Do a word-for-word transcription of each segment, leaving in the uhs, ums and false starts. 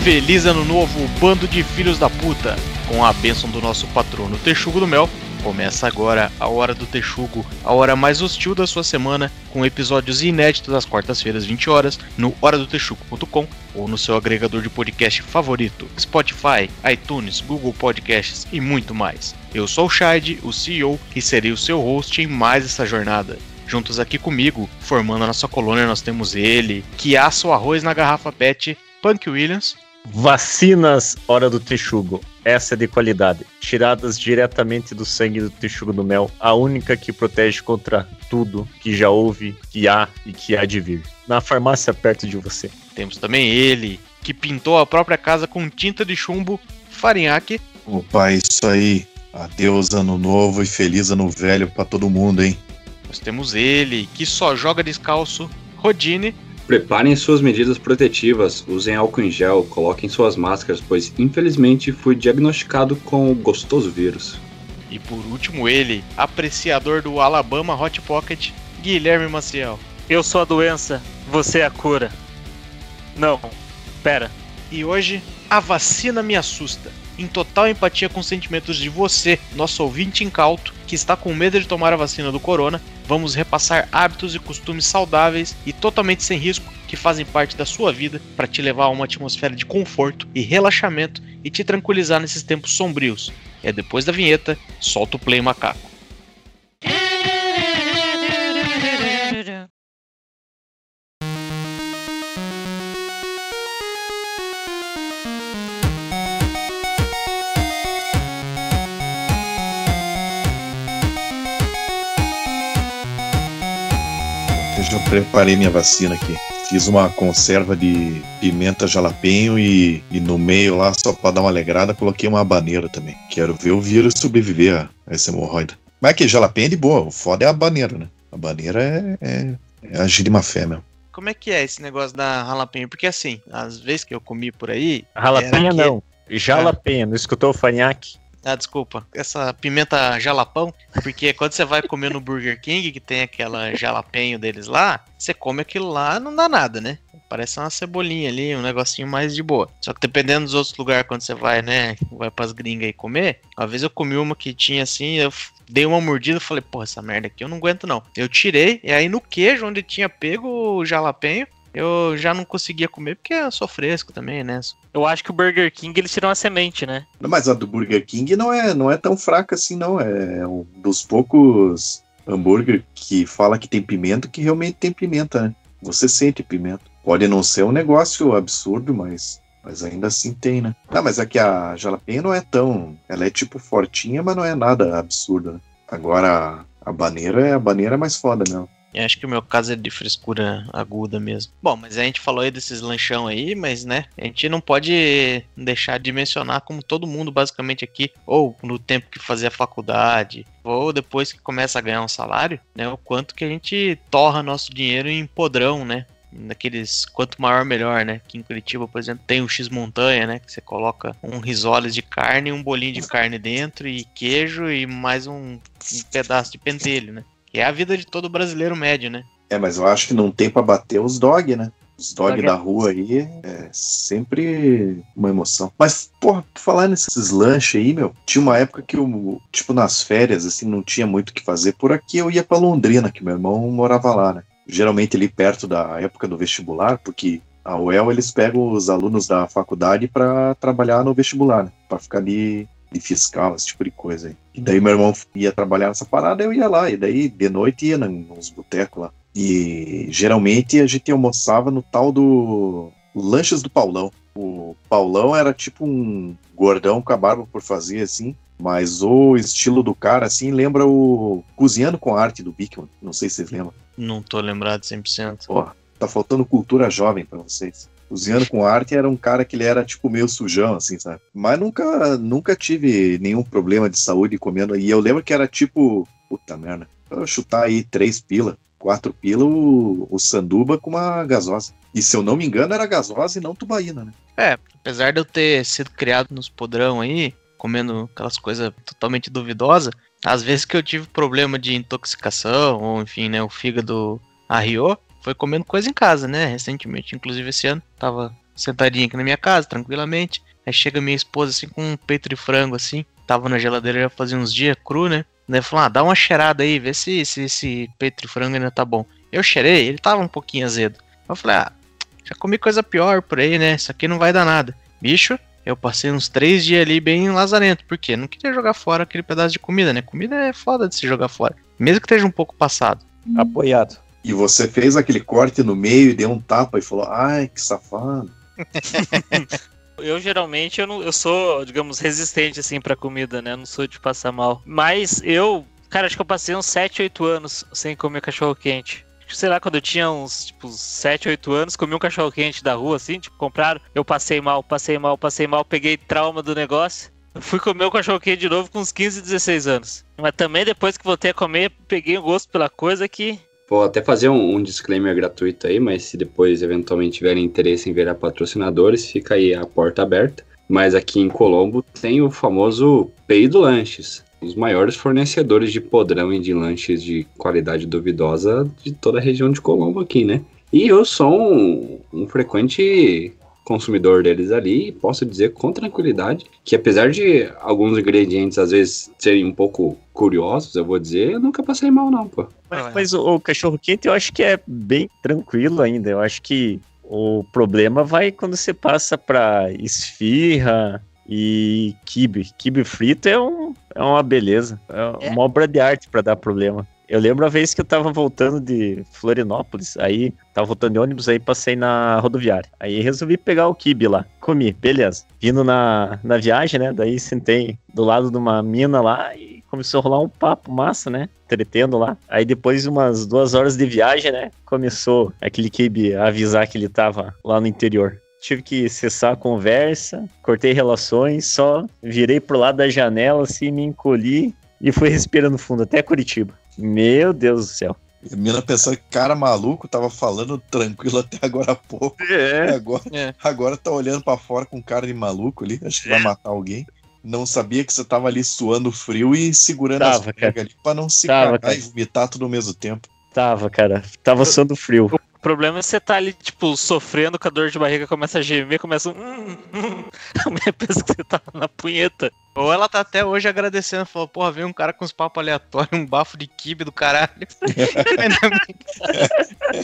Feliz Ano Novo, bando de filhos da puta! Com a bênção do nosso patrono Texugo do Mel, começa agora a Hora do Texugo, a hora mais hostil da sua semana, com episódios inéditos às quartas-feiras, vinte horas, no hora do texugo ponto com ou no seu agregador de podcast favorito, Spotify, iTunes, Google Podcasts e muito mais. Eu sou o Shide, o C E O, e serei o seu host em mais essa jornada. Juntos aqui comigo, formando a nossa colônia, nós temos ele, que assa o arroz na garrafa pet, Punk Williams. Vacinas Hora do Texugo, essa é de qualidade, tiradas diretamente do sangue do Texugo do Mel, a única que protege contra tudo que já houve, que há e que há de vir. Na farmácia perto de você. Temos também ele, que pintou a própria casa com tinta de chumbo, Farinhaque. Opa, isso aí, adeus ano novo e feliz ano velho pra todo mundo, hein? Nós temos ele, que só joga descalço, Rodine. Preparem suas medidas protetivas, usem álcool em gel, coloquem suas máscaras, pois infelizmente fui diagnosticado com o gostoso vírus. E por último ele, apreciador do Alabama Hot Pocket, Guilherme Maciel. Eu sou a doença, você é a cura. Não, pera. E hoje, a vacina me assusta. Em total empatia com os sentimentos de você, nosso ouvinte incauto, que está com medo de tomar a vacina do corona, vamos repassar hábitos e costumes saudáveis e totalmente sem risco que fazem parte da sua vida para te levar a uma atmosfera de conforto e relaxamento e te tranquilizar nesses tempos sombrios. É depois da vinheta, solta o play, macaco. Eu preparei minha vacina aqui. Fiz uma conserva de pimenta jalapeño e, e no meio lá, só pra dar uma alegrada, coloquei uma habaneira também. Quero ver o vírus sobreviver a essa hemorroida. Mas que jalapeño é de boa, o foda é a habaneira, né? A habaneira é, é, é agir de má fé mesmo. Como é que é esse negócio da jalapeño? Porque assim, às vezes que eu comi por aí... Jalapeño não, jalapeño, não escutou o Farinhaque? Ah, desculpa, essa pimenta jalapão, porque quando você vai comer no Burger King, que tem aquela jalapeño deles lá, você come aquilo lá, não dá nada, né? Parece uma cebolinha ali, um negocinho mais de boa. Só que dependendo dos outros lugares, quando você vai, né, vai pras gringas aí comer, uma vez eu comi uma que tinha assim, eu dei uma mordida e falei, porra, essa merda aqui eu não aguento não. Eu tirei, e aí no queijo, onde tinha pego o jalapeño, eu já não conseguia comer, porque eu sou fresco também, né? Eu acho que o Burger King, eles tiram a semente, né? Mas a do Burger King não é, não é tão fraca assim, não. É um dos poucos hambúrguer que fala que tem pimenta, que realmente tem pimenta, né? Você sente pimenta. Pode não ser um negócio absurdo, mas, mas ainda assim tem, né? Ah, mas aqui a jalapeño não é tão... Ela é tipo fortinha, mas não é nada absurdo, né? Agora a habaneira é a habaneira mais foda mesmo. Eu acho que o meu caso é de frescura aguda mesmo. Bom, mas a gente falou aí desses lanchão aí, mas né, a gente não pode deixar de mencionar como todo mundo basicamente aqui, ou no tempo que fazia faculdade, ou depois que começa a ganhar um salário, né, o quanto que a gente torra nosso dinheiro em podrão, né? Naqueles quanto maior melhor, né? Aqui em Curitiba, por exemplo, tem o X-Montanha, né? Que você coloca um risoles de carne, um bolinho de carne dentro e queijo e mais um, um pedaço de pentelho, né? Que é a vida de todo brasileiro médio, né? É, mas eu acho que não tem pra bater os dog, né? Os dog, Dog da é- rua aí é sempre uma emoção. Mas, porra, por falar nesses lanches aí, meu, tinha uma época que eu, tipo, nas férias, assim, não tinha muito o que fazer. Por aqui eu ia pra Londrina, que meu irmão morava lá, né? Geralmente ali perto da época do vestibular, porque a U E L, eles pegam os alunos da faculdade pra trabalhar no vestibular, né? Pra ficar ali de fiscal, esse tipo de coisa aí. E daí meu irmão ia trabalhar nessa parada, eu ia lá, e daí de noite ia nos botecos lá. E geralmente a gente almoçava no tal do Lanches do Paulão. O Paulão era tipo um gordão com a barba por fazer, assim, mas o estilo do cara, assim, lembra o Cozinhando com a Arte do Bigman. Não sei se vocês lembram. Não tô lembrado cem por cento. Ó, tá faltando cultura jovem pra vocês. Cozinhando com Arte era um cara que ele era tipo meio sujão, assim, sabe? Mas nunca, nunca tive nenhum problema de saúde comendo. E eu lembro que era tipo, puta merda, pra eu chutar aí três pila, quatro pila o, o sanduba com uma gasosa. E se eu não me engano era gasosa e não tubaína, né? É, apesar de eu ter sido criado nos podrão aí, comendo aquelas coisas totalmente duvidosas, às vezes que eu tive problema de intoxicação, ou enfim, né, o fígado arriou, foi comendo coisa em casa, né, recentemente, inclusive esse ano, tava sentadinho aqui na minha casa, tranquilamente. Aí chega minha esposa assim com um peito de frango assim, tava na geladeira já fazia uns dias cru, né? Daí falou, ah, dá uma cheirada aí, vê se, se esse peito de frango ainda tá bom. Eu cheirei, ele tava um pouquinho azedo. Eu falei, ah, já comi coisa pior por aí, né? Isso aqui não vai dar nada. Bicho, eu passei uns três dias ali bem lazarento, porque não queria jogar fora aquele pedaço de comida, né? Comida é foda de se jogar fora, mesmo que esteja um pouco passado. Apoiado. E você fez aquele corte no meio e deu um tapa e falou, ai, que safado. Eu geralmente eu, não, eu sou, digamos, resistente assim pra comida, né? Eu não sou de passar mal. Mas eu, cara, acho que eu passei uns sete, oito anos sem comer cachorro quente. Sei lá, quando eu tinha uns, tipo, sete, oito anos, comi um cachorro quente da rua, assim, tipo, compraram. Eu passei mal, passei mal, passei mal, peguei trauma do negócio. Fui comer o cachorro quente de novo com uns quinze, dezesseis anos. Mas também depois que voltei a comer, peguei o gosto pela coisa que... Vou até fazer um, um disclaimer gratuito aí, mas se depois eventualmente tiverem interesse em virar patrocinadores, fica aí a porta aberta. Mas aqui em Colombo tem o famoso Peido Lanches, os maiores fornecedores de podrão e de lanches de qualidade duvidosa de toda a região de Colombo aqui, né? E eu sou um, um frequente consumidor deles ali e posso dizer com tranquilidade que apesar de alguns ingredientes às vezes serem um pouco curiosos, eu vou dizer, eu nunca passei mal não, pô. Mas, mas o, o cachorro quente eu acho que é bem tranquilo ainda. Eu acho que o problema vai quando você passa pra esfirra e quibe. Quibe frito é, um, é uma beleza. É, é uma obra de arte pra dar problema. Eu lembro a vez que eu tava voltando de Florianópolis, aí tava voltando de ônibus, aí passei na rodoviária. Aí resolvi pegar o quibe lá, comi, beleza. Vindo na, na viagem, né, daí sentei do lado de uma mina lá e começou a rolar um papo massa, né, entretendo lá. Aí depois de umas duas horas de viagem, né, começou aquele quibe a avisar que ele tava lá no interior. Tive que cessar a conversa, cortei relações, só virei pro lado da janela, assim, me encolhi e fui respirando fundo até Curitiba. Meu Deus do céu. A mina pensando que cara maluco, tava falando tranquilo até agora há pouco. É. E agora, É. agora tá olhando pra fora com cara de maluco ali, acho que vai matar alguém. Não sabia que você tava ali suando frio e segurando Tava, as pernas ali pra não se Tava, cagar cara. e vomitar tudo ao mesmo tempo. Tava, cara. Tava suando frio. O problema é você tá ali, tipo, sofrendo com a dor de barriga, começa a gemer, começa... Hum, hum. A mulher pensa que você tá na punheta. Ou ela tá até hoje agradecendo, falou, porra, veio um cara com uns papos aleatórios, um bafo de quibe do caralho. Ainda bem.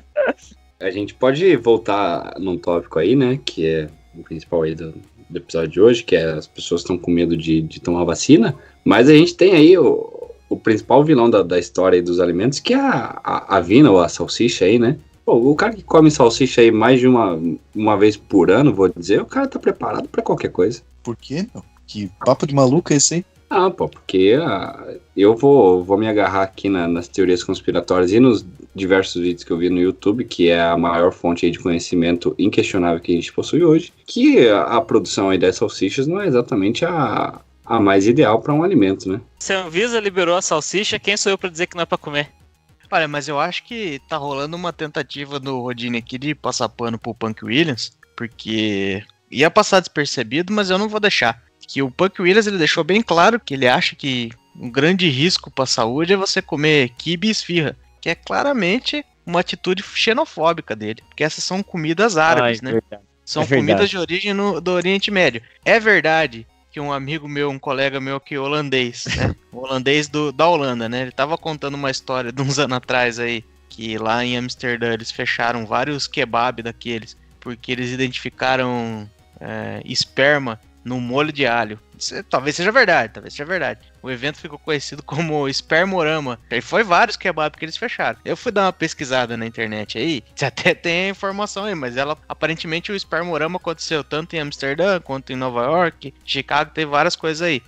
A gente pode voltar num tópico aí, né, que é o principal aí do, do episódio de hoje, que é as pessoas estão com medo de, de tomar vacina, mas a gente tem aí o, o principal vilão da, da história aí dos alimentos, que é a, a, a avena ou a salsicha aí, né? Pô, o cara que come salsicha aí mais de uma, uma vez por ano, vou dizer, o cara tá preparado pra qualquer coisa. Por quê, meu? Que papo de maluco é esse aí? Ah, pô, porque ah, eu vou, vou me agarrar aqui na, nas teorias conspiratórias e nos diversos vídeos que eu vi no YouTube, que é a maior fonte aí de conhecimento inquestionável que a gente possui hoje, que a, a produção aí das salsichas não é exatamente a, a mais ideal para um alimento, né? Se a Anvisa liberou a salsicha, quem sou eu pra dizer que não é pra comer? Olha, mas eu acho que tá rolando uma tentativa do Rodine aqui de passar pano pro Punk Williams, porque ia passar despercebido, mas eu não vou deixar. Que o Punk Williams, ele deixou bem claro que ele acha que um grande risco para a saúde é você comer quibe e esfirra, que é claramente uma atitude xenofóbica dele, porque essas são comidas árabes, Ah, é né? verdade. São É verdade. comidas de origem no, do Oriente Médio. É verdade que um amigo meu, um colega meu que é holandês, né? holandês do, da Holanda, né? Ele tava contando uma história de uns anos atrás aí, que lá em Amsterdã eles fecharam vários kebab daqueles, porque eles identificaram é, esperma no molho de alho. Isso, talvez seja verdade, talvez seja verdade. O evento ficou conhecido como Espermorama. E foi vários kebab que eles fecharam. Eu fui dar uma pesquisada na internet aí, você até tem a informação aí, mas ela, aparentemente o Espermorama aconteceu tanto em Amsterdã quanto em Nova York, Chicago, teve várias coisas aí.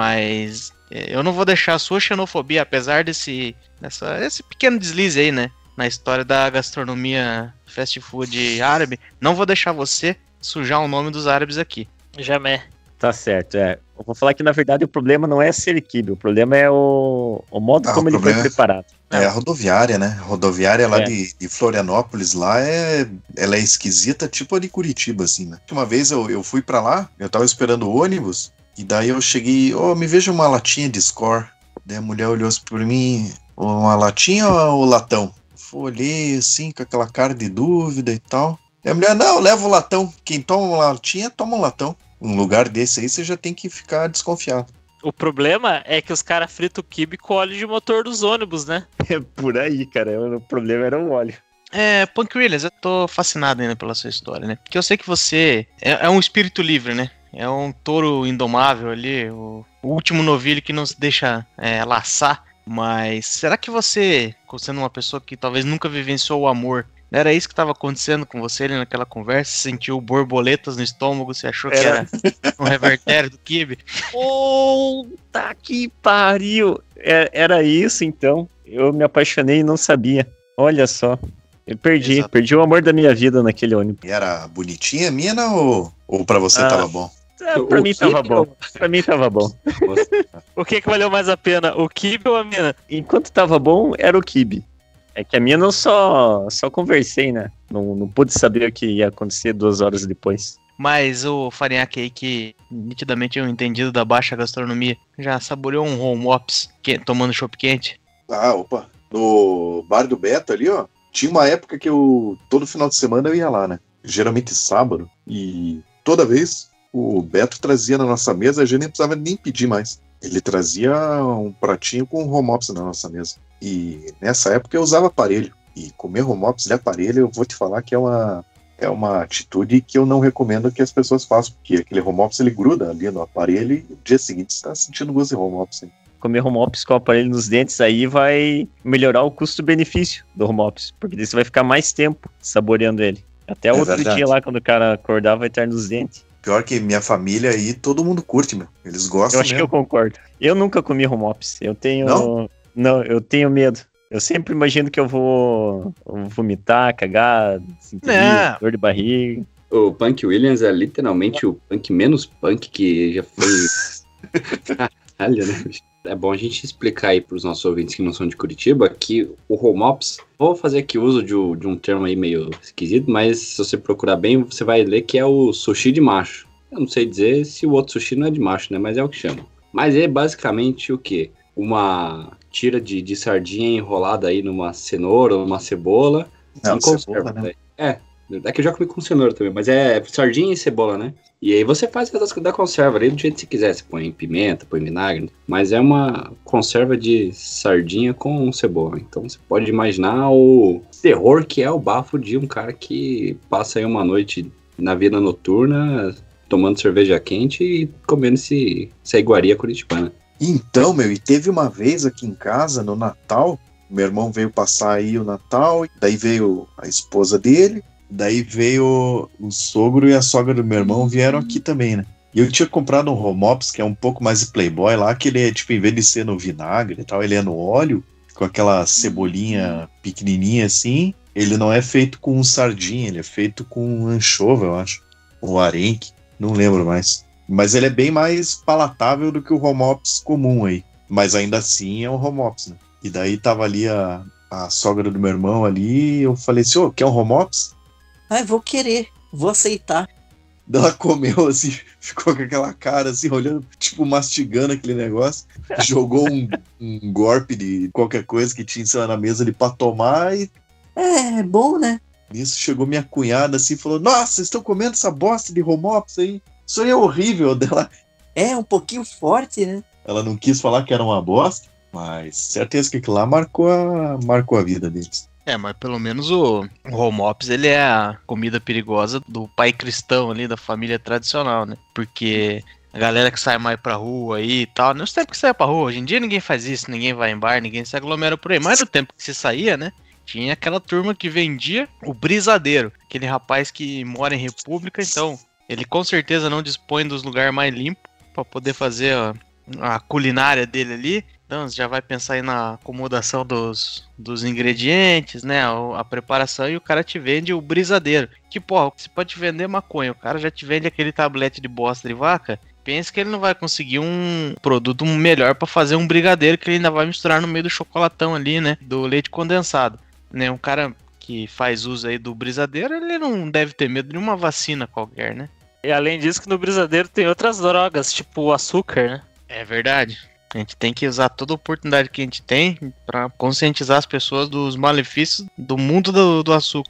Mas eu não vou deixar a sua xenofobia, apesar desse dessa, esse pequeno deslize aí, né, na história da gastronomia fast food árabe, não vou deixar você sujar o nome dos árabes aqui. Jamé. Tá certo, é. Eu vou falar que, na verdade, o problema não é ser quibe, o problema é o, o modo Ah, como o ele foi problema é- preparado. É a rodoviária, né? A rodoviária lá É. de, de Florianópolis lá é, ela é esquisita, tipo a de Curitiba, assim, né? Uma vez eu, eu fui pra lá, eu tava esperando o ônibus, e daí eu cheguei, ô, me veja uma latinha de Score. Daí a mulher olhou assim por mim, uma latinha ou latão? Eu olhei assim, com aquela cara de dúvida e tal. E a mulher, não, leva o latão. Quem toma uma latinha, toma um latão. Um lugar desse aí, você já tem que ficar desconfiado. O problema é que os caras fritam o quibe com óleo de motor dos ônibus, né? É por aí, cara. O problema era o óleo. É, Punk Williams, eu tô fascinado ainda pela sua história, né? Porque eu sei que você é, é um espírito livre, né? É um touro indomável ali, o, o último novilho que não se deixa é, laçar. Mas será que você, sendo uma pessoa que talvez nunca vivenciou o amor, não era isso que estava acontecendo com você ali naquela conversa? Você sentiu borboletas no estômago, você achou Era. que era um revertério do quibe? Puta que pariu! É- Era isso, então. Eu me apaixonei e não sabia. Olha só. Eu perdi, Exato. perdi o amor da minha vida naquele ônibus. E era bonitinha a mina ou, ou pra você Ah. tava bom? Ah, O pra mim que tava que bom. Pra mim tava bom. O que que valeu mais a pena, o quibe ou a mina? Enquanto tava bom, era o kibe. É que a minha eu só, só conversei, né? Não, não pude saber o que ia acontecer duas horas depois. Mas o Farinhaque aí, que nitidamente é um entendido da baixa gastronomia, já saboreou um home ops que- tomando chopp quente? Ah, opa. No bar do Beto ali, ó. Tinha uma época que eu, todo final de semana eu ia lá, né? Geralmente sábado. E toda vez o Beto trazia na nossa mesa, a gente nem precisava nem pedir mais. Ele trazia um pratinho com home ops na nossa mesa. E nessa época eu usava aparelho. E comer home ops de aparelho, eu vou te falar que é uma, é uma atitude que eu não recomendo que as pessoas façam. Porque aquele home ops, ele gruda ali no aparelho e no dia seguinte você tá sentindo gosto de home ops. Hein? Comer home ops com o aparelho nos dentes aí vai melhorar o custo-benefício do home ops. Porque daí você vai ficar mais tempo saboreando ele. Até É outro verdade. dia lá, quando o cara acordar, vai estar nos dentes. Pior que minha família aí, todo mundo curte, meu. Eles gostam Eu acho que mesmo. eu concordo. Eu nunca comi home ops. Eu tenho... Não? Não, eu tenho medo. Eu sempre imagino que eu vou vomitar, cagar, sentir Não. dor de barriga. O Punk Williams é literalmente o punk menos punk que já foi. Caralho, né? bicho? É bom a gente explicar aí pros nossos ouvintes que não são de Curitiba que o home ops, vou fazer aqui uso de, um- de um termo aí meio esquisito, mas se você procurar bem, você vai ler que é o sushi de macho. Eu não sei dizer se o outro sushi não é de macho, né? Mas é o que chama. Mas é basicamente o quê? Uma tira de, de sardinha enrolada aí numa cenoura, numa cebola. Não, em conserva, cebola, né? velho. É, é que eu já comi com cenoura também, mas é sardinha e cebola, né? E aí você faz das- da conserva ali do jeito que você quiser. Você põe pimenta, põe vinagre. Mas é uma conserva de sardinha com cebola. Então você pode imaginar o terror que é o bafo de um cara que passa aí uma noite na vida noturna tomando cerveja quente e comendo esse, essa iguaria curitibana. Então, meu, e teve uma vez aqui em casa, no Natal, meu irmão veio passar aí o Natal, daí veio a esposa dele, daí veio o sogro e a sogra do meu irmão vieram aqui também, né? E eu tinha comprado um home ops, que é um pouco mais de playboy lá, que ele é, tipo, em vez de ser no vinagre e tal, ele é no óleo, com aquela cebolinha pequenininha assim. Ele não é feito com sardinha, ele é feito com anchova, eu acho. Ou arenque, não lembro mais. Mas ele é bem mais palatável do que o home ops comum aí. Mas ainda assim é um home ops, né? E daí tava ali a, a sogra do meu irmão ali, e eu falei assim, ô, quer um home ops? Ah, vou querer, vou aceitar. Daí ela comeu assim, ficou com aquela cara assim, olhando, tipo, mastigando aquele negócio. Jogou um, um golpe de qualquer coisa que tinha em cima na mesa ali pra tomar e É, é bom, né? nisso chegou minha cunhada assim e falou, nossa, vocês estão comendo essa bosta de home ops aí? Isso aí é horrível. Dela, É um pouquinho forte, né? ela não quis falar que era uma bosta, mas certeza que aquilo lá marcou a, marcou a vida deles. É, mas pelo menos o, o home ops, ele é a comida perigosa do pai cristão ali, da família tradicional, né? Porque a galera que sai mais pra rua aí e tal, não tempo que sai pra rua, hoje em dia ninguém faz isso, ninguém vai em bar, ninguém se aglomera por aí, mas no tempo que se saía, né? Tinha aquela turma que vendia o brisadeiro, aquele rapaz que mora em República, então ele com certeza não dispõe dos lugares mais limpos pra poder fazer a, a culinária dele ali. Então você já vai pensar aí na acomodação dos, dos ingredientes, né? A, a preparação, e o cara te vende o brisadeiro. Que, porra, você pode te vender maconha, o cara já te vende aquele tablete de bosta de vaca. Pensa que ele não vai conseguir um produto melhor pra fazer um brigadeiro que ele ainda vai misturar no meio do chocolatão ali, né? Do leite condensado. Né? Um cara que faz uso aí do brisadeiro, ele não deve ter medo de uma vacina qualquer, né? E além disso, que no brisadeiro tem outras drogas, tipo o açúcar, né? É verdade. A gente tem que usar toda a oportunidade que a gente tem pra conscientizar as pessoas dos malefícios do mundo do, do açúcar.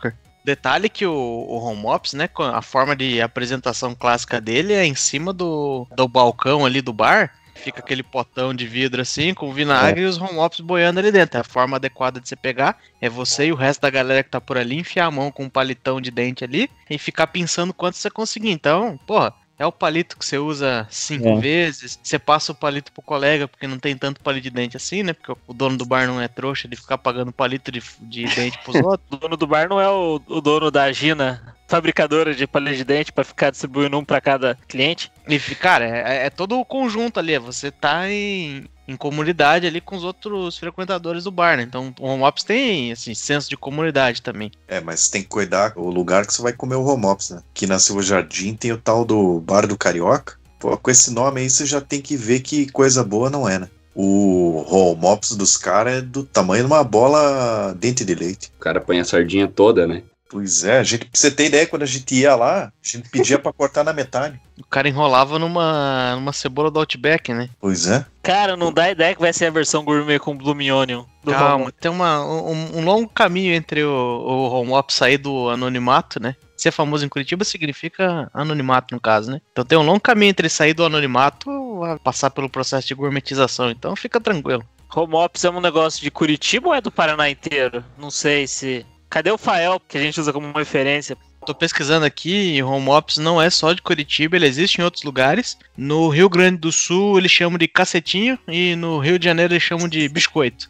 Detalhe que o, o home office, né, a forma de apresentação clássica dele é em cima do, do balcão ali do bar, fica aquele potão de vidro assim, com vinagre é. e os home office boiando ali dentro. A forma adequada de você pegar é você e o resto da galera que tá por ali enfiar a mão com um palitão de dente ali e ficar pensando quanto você conseguir. Então, porra, é o palito que você usa cinco é. vezes, você passa o palito pro colega, porque não tem tanto palito de dente assim, né? Porque o dono do bar não é trouxa de ficar pagando palito de, de dente pros outros. O dono do bar não é o, o dono da Gina, fabricadora de palito de dente, pra ficar distribuindo um pra cada cliente. E, cara, é, é todo o conjunto ali, você tá em... em comunidade ali com os outros frequentadores do bar, né? Então o home office tem, assim, senso de comunidade também. É, mas tem que cuidar o lugar que você vai comer o home office, né? Aqui na Silva Jardim tem o tal do Bar do Carioca. Pô, com esse nome aí você já tem que ver que coisa boa não é, né? O home office dos caras é do tamanho de uma bola dente de leite. O cara põe a sardinha toda, né? Pois é, a gente, pra você ter ideia, quando a gente ia lá, a gente pedia pra cortar na metade. O cara enrolava numa, numa cebola do Outback, né? Pois é. Cara, não dá ideia que vai ser a versão gourmet com Blooming Onion. Do Calma, tem uma, um, um longo caminho entre o, o home office sair do anonimato, né? Ser famoso em Curitiba significa anonimato, no caso, né? Então tem um longo caminho entre sair do anonimato e passar pelo processo de gourmetização. Então fica tranquilo. Home office é um negócio de Curitiba ou é do Paraná inteiro? Não sei se... Cadê o Fael, que a gente usa como referência? Tô pesquisando aqui, home office não é só de Curitiba, ele existe em outros lugares. No Rio Grande do Sul eles chamam de cacetinho e no Rio de Janeiro eles chamam de biscoito.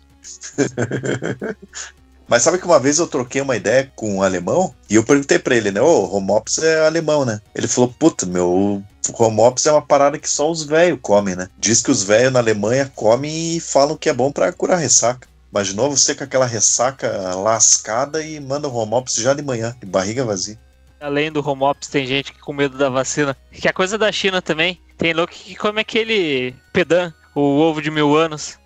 Mas sabe que uma vez eu troquei uma ideia com um alemão e eu perguntei pra ele, né? Ô, oh, home office é alemão, né? Ele falou, puta, meu, home office é uma parada que só os velhos comem, né? Diz que os velhos na Alemanha comem e falam que é bom pra curar ressaca. Imaginou você com aquela ressaca lascada e manda o home office já de manhã, de barriga vazia. Além do home office, tem gente que com medo da vacina. Que é coisa da China também. Tem louco que come aquele pedan, o ovo de mil anos.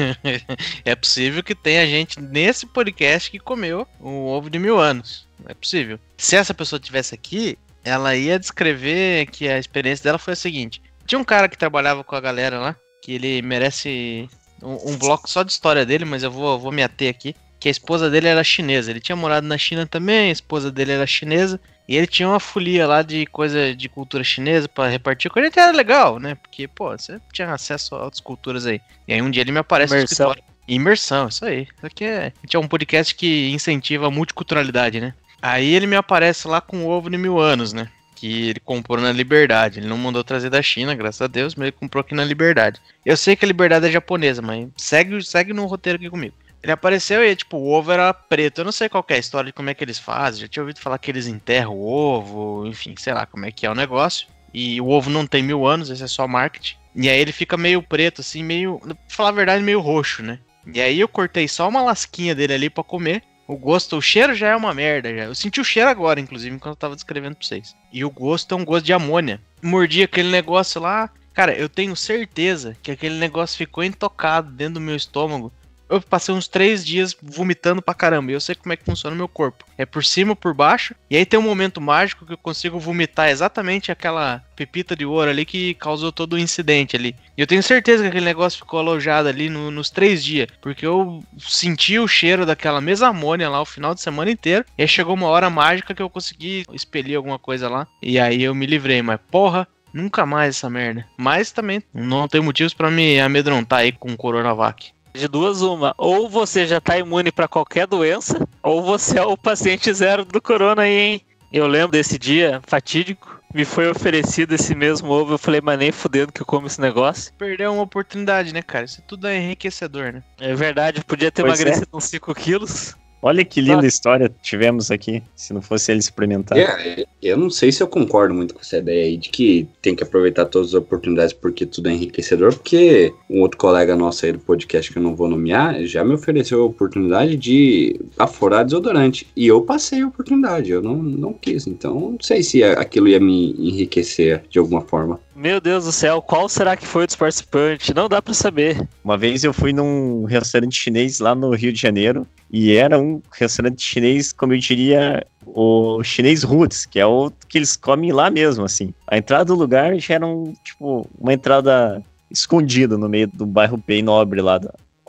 É possível que tenha gente nesse podcast que comeu o ovo de mil anos. É possível. Se essa pessoa estivesse aqui, ela ia descrever que a experiência dela foi a seguinte. Tinha um cara que trabalhava com a galera lá, que ele merece... Um, um bloco só de história dele, mas eu vou, vou me ater aqui. Que a esposa dele era chinesa. Ele tinha morado na China também, a esposa dele era chinesa. E ele tinha uma folia lá de coisa de cultura chinesa pra repartir com ele. Era legal, né? Porque, pô, você tinha acesso a outras culturas aí. E aí um dia ele me aparece no escritório. Imersão, isso aí. Isso aqui é... A gente é um podcast que incentiva a multiculturalidade, né? Aí ele me aparece lá com o ovo de mil anos, né? Que ele comprou na Liberdade. Ele não mandou trazer da China, graças a Deus, mas ele comprou aqui na Liberdade. Eu sei que a Liberdade é japonesa, mas segue, segue no roteiro aqui comigo. Ele apareceu e, tipo, o ovo era preto. Eu não sei qual que é a história de como é que eles fazem. Já tinha ouvido falar que eles enterram o ovo, enfim, sei lá como é que é o negócio. E o ovo não tem mil anos, esse é só marketing. E aí ele fica meio preto, assim, meio, pra falar a verdade, meio roxo, né? E aí eu cortei só uma lasquinha dele ali pra comer. O gosto, o cheiro já é uma merda, já. Eu senti o cheiro agora, inclusive, enquanto eu tava descrevendo pra vocês. E o gosto é um gosto de amônia. Mordi aquele negócio lá. Cara, eu tenho certeza que aquele negócio ficou intocado dentro do meu estômago. Eu passei uns três dias vomitando pra caramba. E eu sei como é que funciona o meu corpo. É por cima ou por baixo. E aí tem um momento mágico que eu consigo vomitar exatamente aquela pepita de ouro ali que causou todo o incidente ali. E eu tenho certeza que aquele negócio ficou alojado ali no, nos três dias. Porque eu senti o cheiro daquela mesma amônia lá o final de semana inteiro. E aí chegou uma hora mágica que eu consegui expelir alguma coisa lá. E aí eu me livrei. Mas porra, nunca mais essa merda. Mas também não tem motivos pra me amedrontar aí com o Coronavac. De duas, uma. Ou você já tá imune pra qualquer doença, ou você é o paciente zero do corona aí, hein? Eu lembro desse dia fatídico. Me foi oferecido esse mesmo ovo. Eu falei, mas nem fudendo que eu como esse negócio. Perdeu uma oportunidade, né, cara? Isso tudo é enriquecedor, né? É verdade, podia ter Pois emagrecido é. uns cinco quilos. Olha que linda Ah. história tivemos aqui, se não fosse ele experimentar. É, eu não sei se eu concordo muito com essa ideia aí de que tem que aproveitar todas as oportunidades porque tudo é enriquecedor, porque um outro colega nosso aí do podcast que eu não vou nomear já me ofereceu a oportunidade de aforar desodorante e eu passei a oportunidade, eu não, não quis, então não sei se aquilo ia me enriquecer de alguma forma. Meu Deus do céu, qual será que foi dos participantes? Não dá pra saber. Uma vez eu fui num restaurante chinês lá no Rio de Janeiro, e era um restaurante chinês, como eu diria, o chinês roots, que é o que eles comem lá mesmo, assim. A entrada do lugar já era um, tipo, uma entrada escondida no meio do bairro bem nobre lá, da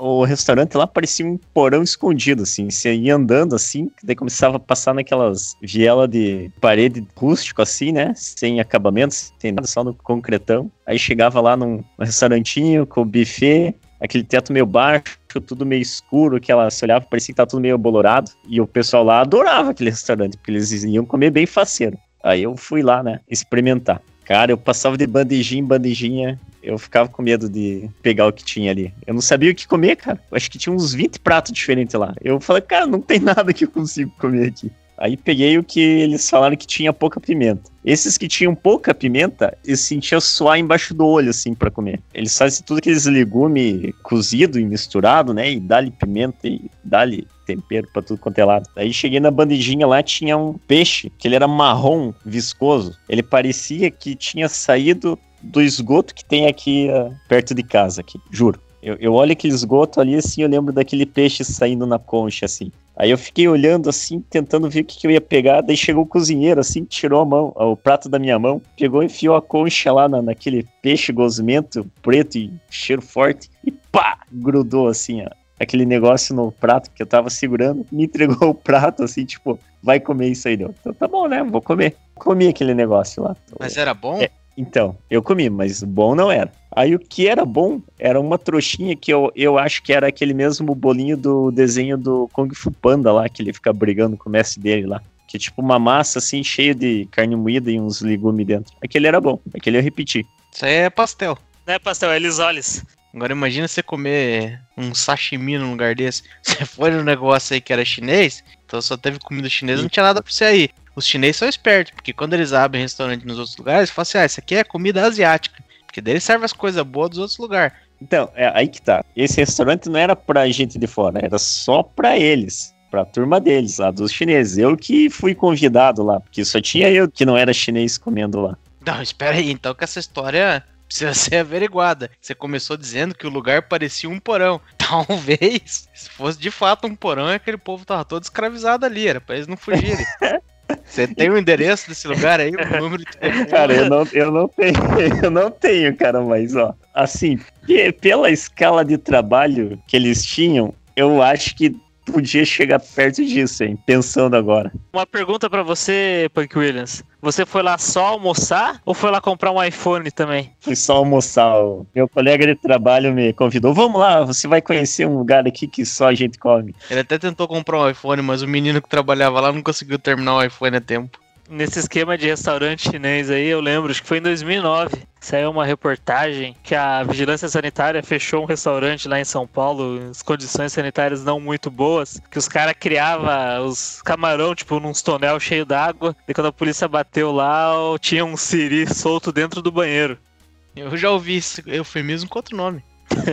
o restaurante lá parecia um porão escondido, assim. Você ia andando, assim, daí começava a passar naquelas vielas de parede rústico, assim, né? Sem acabamento, sem nada, só no concretão. Aí chegava lá num restaurantinho com buffet, aquele teto meio baixo, tudo meio escuro, que ela se olhava, parecia que tava tudo meio abolorado. E o pessoal lá adorava aquele restaurante, porque eles iam comer bem faceiro. Aí eu fui lá, né, experimentar. Cara, eu passava de bandejinha em bandejinha, eu ficava com medo de pegar o que tinha ali. Eu não sabia o que comer, cara. Eu acho que tinha uns vinte pratos diferentes lá. Eu falei, cara, não tem nada que eu consigo comer aqui. Aí peguei o que eles falaram que tinha pouca pimenta. Esses que tinham pouca pimenta, eu sentia suar embaixo do olho, assim, pra comer. Eles fazem tudo aqueles legumes cozido e misturado, né? E dá-lhe pimenta e dá-lhe tempero pra tudo quanto é lado. Aí cheguei na bandejinha lá, tinha um peixe, que ele era marrom, viscoso. Ele parecia que tinha saído do esgoto que tem aqui uh, perto de casa, aqui, juro. Eu, eu olho aquele esgoto ali, assim, eu lembro daquele peixe saindo na concha, assim. Aí eu fiquei olhando, assim, tentando ver o que, que eu ia pegar, daí chegou o cozinheiro, assim, tirou a mão, o prato da minha mão, pegou e enfiou a concha lá na, naquele peixe gosmento, preto e cheiro forte, e pá, grudou, assim, ó, aquele negócio no prato que eu tava segurando, me entregou o prato, assim, tipo, vai comer isso aí, deu. Então tá bom, né, vou comer. Comi aquele negócio lá. Mas era bom? É. Então, eu comi, mas bom não era. Aí o que era bom era uma trouxinha que eu, eu acho que era aquele mesmo bolinho do desenho do Kung Fu Panda lá, que ele fica brigando com o mestre dele lá. Que é tipo uma massa assim, cheia de carne moída e uns legumes dentro. Aquele era bom, aquele eu repeti. Isso aí é pastel. Não é pastel, é lisoles. Agora imagina você comer um sashimi num lugar desse. Você foi num negócio aí que era chinês, então só teve comida chinesa, não tinha nada pra você aí. Os chineses são espertos, porque quando eles abrem restaurante nos outros lugares, eles falam assim, ah, isso aqui é comida asiática. Porque daí eles servem as coisas boas dos outros lugares. Então, é aí que tá. Esse restaurante não era pra gente de fora, era só pra eles. Pra turma deles, lá dos chineses. Eu que fui convidado lá, porque só tinha eu que não era chinês comendo lá. Não, espera aí, então que essa história precisa ser averiguada. Você começou dizendo que o lugar parecia um porão. Talvez, se fosse de fato um porão, aquele povo tava todo escravizado ali, era pra eles não fugirem. Você tem o endereço desse lugar aí, o número de telefone? Cara, eu não, eu não tenho, eu não tenho, cara, mas ó, assim, pela escala de trabalho que eles tinham, eu acho que podia chegar perto disso, hein, pensando agora. Uma pergunta pra você, Punk Williams. Você foi lá só almoçar ou foi lá comprar um iPhone também? Fui só almoçar. O meu colega de trabalho me convidou. Vamos lá, você vai conhecer um lugar aqui que só a gente come. Ele até tentou comprar um iPhone, mas o menino que trabalhava lá não conseguiu terminar o iPhone a tempo. Nesse esquema de restaurante chinês aí, eu lembro, acho que foi em dois mil e nove, saiu uma reportagem que a Vigilância Sanitária fechou um restaurante lá em São Paulo, em condições sanitárias não muito boas, que os caras criavam os camarão, tipo, num tonel cheio d'água, e quando a polícia bateu lá, tinha um siri solto dentro do banheiro. Eu já ouvi esse eufemismo com outro nome.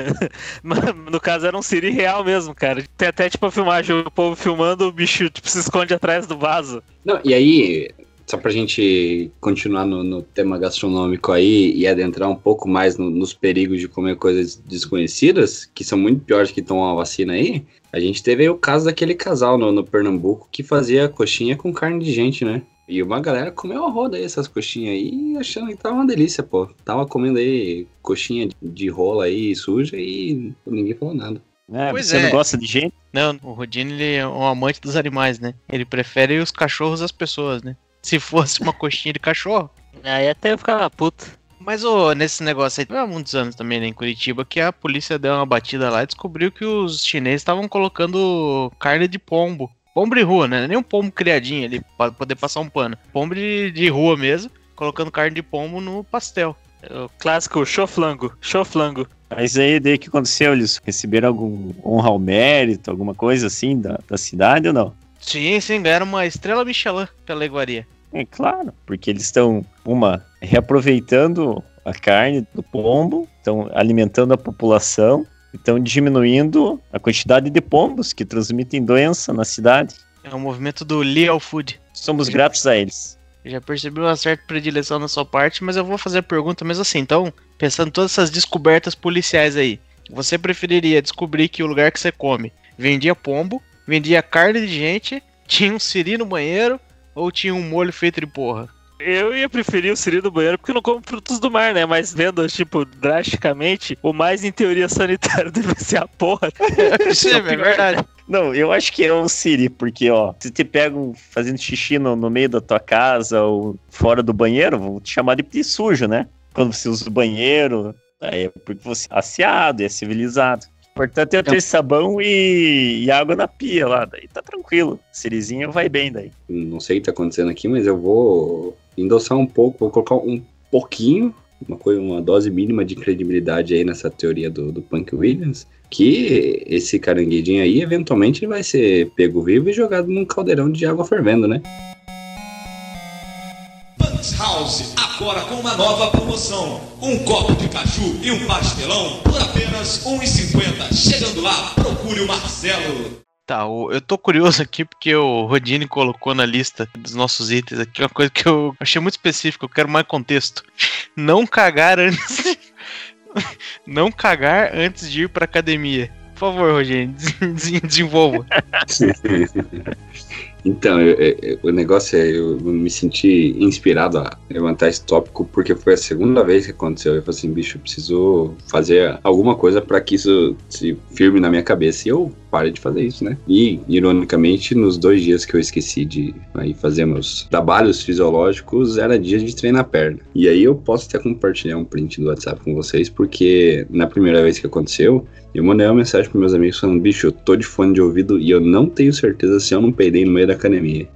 No caso era um siri real mesmo, cara. Tem até tipo a filmagem, o povo filmando, o bicho tipo, se esconde atrás do vaso. Não, e aí, só pra gente continuar no, no tema gastronômico aí e adentrar um pouco mais no, nos perigos de comer coisas desconhecidas, que são muito piores que tomar uma vacina aí, a gente teve aí o caso daquele casal no, no Pernambuco que fazia coxinha com carne de gente, né? E uma galera comeu a roda aí, essas coxinhas aí, achando que tava uma delícia, pô. Tava comendo aí coxinha de rola aí, suja, e ninguém falou nada. É, Pois você é. não gosta de gente? Não, o Rodine ele é um amante dos animais, né? Ele prefere os cachorros às pessoas, né? Se fosse uma coxinha de cachorro. Aí até eu ficava puto. Mas ô, nesse negócio aí, há muitos anos também, né, em Curitiba, que a polícia deu uma batida lá e descobriu que os chineses estavam colocando carne de pombo. Pombo de rua, né? Nem um pombo criadinho ali pra poder passar um pano. Pombo de, de rua mesmo, colocando carne de pombo no pastel. O clássico choflango, choflango. Mas aí, daí o que aconteceu? Eles receberam algum honra ao mérito, alguma coisa assim da, da cidade ou não? Sim, sim, ganharam uma estrela Michelin pela iguaria. É claro, porque eles estão, uma, reaproveitando a carne do pombo, estão alimentando a população, estão diminuindo a quantidade de pombos que transmitem doença na cidade. É um movimento do Leal Food. Somos gratos a eles. Eu já percebi uma certa predileção na sua parte, mas eu vou fazer a pergunta mesmo assim. Então, pensando em todas essas descobertas policiais aí, você preferiria descobrir que o lugar que você come vendia pombo, vendia carne de gente, tinha um siri no banheiro ou tinha um molho feito de porra? Eu ia preferir o Siri do banheiro porque eu não como frutos do mar, né? Mas vendo, tipo, drasticamente, o mais em teoria sanitário deve ser a porra. Isso é verdade. Não, eu acho que é o Siri, porque, ó, se te pegam fazendo xixi no, no meio da tua casa ou fora do banheiro, vão te chamar de de sujo, né? Quando você usa o banheiro, aí é porque você é aseado, é civilizado. O importante é ter sabão e, e água na pia lá, daí tá tranquilo. Sirizinho vai bem daí. Não sei o que tá acontecendo aqui, mas eu vou endossar um pouco, vou colocar um pouquinho, uma, coisa, uma dose mínima de credibilidade aí nessa teoria do, do Punk Williams, que esse caranguejinho aí, eventualmente, vai ser pego vivo e jogado num caldeirão de água fervendo, né? Punks House, agora com uma nova promoção. Um copo de caju e um pastelão por apenas um real e cinquenta centavos. Chegando lá, procure o Marcelo. Tá, eu tô curioso aqui porque o Rodine colocou na lista dos nossos itens aqui uma coisa que eu achei muito específica, eu quero mais contexto. Não cagar antes... Não cagar antes de ir pra academia. Por favor, Rodine, desenvolva. Então, eu, eu, o negócio é, eu me senti inspirado a levantar esse tópico porque foi a segunda vez que aconteceu. Eu falei assim, bicho, eu preciso fazer alguma coisa para que isso se firme na minha cabeça. E eu parei de fazer isso, né? E, ironicamente, nos dois dias que eu esqueci de aí, fazer meus trabalhos fisiológicos, era dia de treinar perna. E aí eu posso até compartilhar um print do WhatsApp com vocês, porque na primeira vez que aconteceu, eu mandei uma mensagem para meus amigos falando, bicho, eu tô de fone de ouvido e eu não tenho certeza se eu não peidei no meio da academia.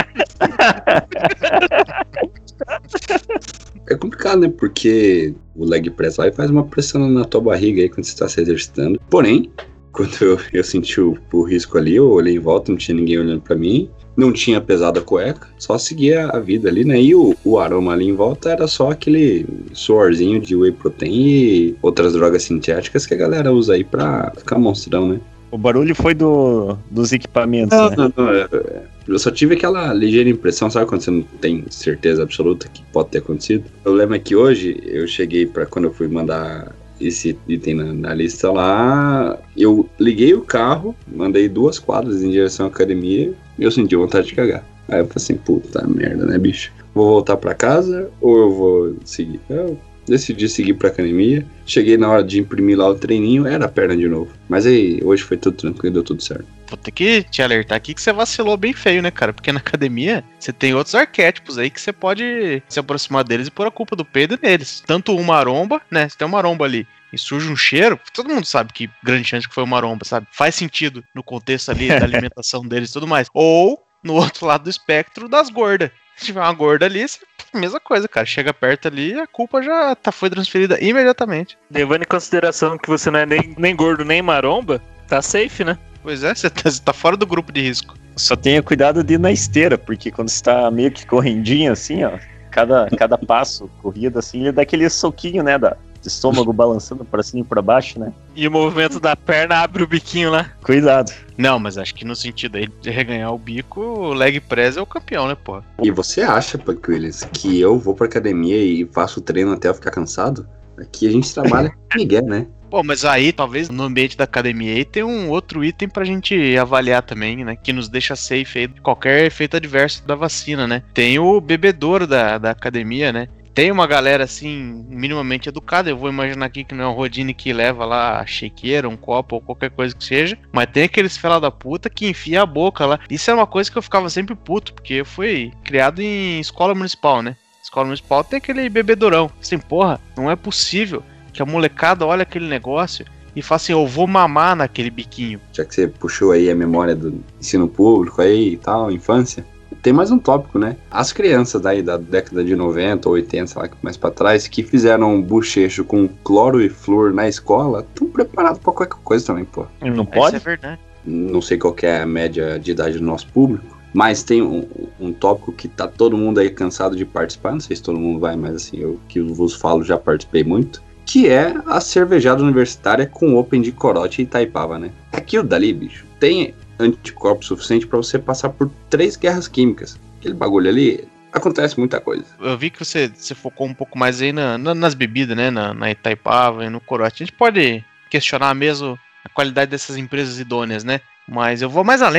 É complicado, né? Porque o leg press lá faz uma pressão na tua barriga aí quando você tá se exercitando. Porém, quando eu, eu senti o, o risco ali, eu olhei em volta, não tinha ninguém olhando pra mim. Não tinha pesado a cueca, só seguia a vida ali, né? E o, o aroma ali em volta era só aquele suorzinho de whey protein e outras drogas sintéticas que a galera usa aí pra ficar monstrão, né? O barulho foi do, dos equipamentos, Não, né? não, não, é, é, eu só tive aquela ligeira impressão, sabe quando você não tem certeza absoluta que pode ter acontecido? O problema é que hoje eu cheguei pra quando eu fui mandar esse item na, na lista lá, eu liguei o carro, mandei duas quadras em direção à academia e eu senti vontade de cagar. Aí eu falei assim, puta merda, né, bicho? Vou voltar pra casa ou eu vou seguir? Eu decidi seguir pra academia, cheguei na hora de imprimir lá o treininho, era a perna de novo. Mas aí, hoje foi tudo tranquilo, deu tudo certo. Vou ter que te alertar aqui que você vacilou bem feio, né, cara? Porque na academia você tem outros arquétipos aí que você pode se aproximar deles e pôr a culpa do peido neles. Tanto o maromba, né? Se tem um maromba ali e surge um cheiro, todo mundo sabe que grande chance que foi o maromba, sabe? Faz sentido no contexto ali da alimentação deles e tudo mais. Ou no outro lado do espectro das gordas. Se tiver uma gorda ali, mesma coisa, cara. Chega perto ali, a culpa já tá, foi transferida imediatamente. Levando em consideração que você não é nem, nem gordo nem maromba, tá safe, né? Pois é, você tá, você tá fora do grupo de risco. Só tenha cuidado de ir na esteira, porque quando você tá meio que correndinho assim, ó, cada, cada passo, corrida assim, ele dá aquele soquinho, né, da, do estômago balançando pra cima e pra baixo, né? E o movimento da perna abre o biquinho lá. Cuidado. Não, mas acho que no sentido aí de reganhar o bico, o leg press é o campeão, né, porra? E você acha, Punk Williams, que eu vou pra academia e faço treino até eu ficar cansado? Aqui a gente trabalha com Miguel, né? Pô, mas aí, talvez, no ambiente da academia aí, tem um outro item pra gente avaliar também, né? Que nos deixa safe aí de qualquer efeito adverso da vacina, né? Tem o bebedouro da, da academia, né? Tem uma galera, assim, minimamente educada. Eu vou imaginar aqui que não é o Rodine que leva lá a shakeira, um copo ou qualquer coisa que seja. Mas tem aqueles fela da puta que enfia a boca lá. Isso é uma coisa que eu ficava sempre puto, porque eu fui criado em escola municipal, né? Escola municipal tem aquele bebedourão. Assim, porra, não é possível que a molecada olha aquele negócio e fala assim, eu vou mamar naquele biquinho. Já que você puxou aí a memória do ensino público aí e tal, infância, tem mais um tópico, né? As crianças daí da década de noventa ou oitenta, sei lá, mais pra trás, que fizeram um bochecho com cloro e flúor na escola, estão preparados pra qualquer coisa também, pô. Não pode? Isso é verdade. Não sei qual que é a média de idade do nosso público, mas tem um, um tópico que tá todo mundo aí cansado de participar, não sei se todo mundo vai, mas assim, eu que vos falo já participei muito, que é a cervejada universitária com open de corote e Itaipava, né? Aquilo dali, bicho, tem anticorpo suficiente pra você passar por três guerras químicas. Aquele bagulho ali, acontece muita coisa. Eu vi que você, você focou um pouco mais aí na, na, nas bebidas, né? Na, na Itaipava e no corote. A gente pode questionar mesmo a qualidade dessas empresas idôneas, né? Mas eu vou mais além, né?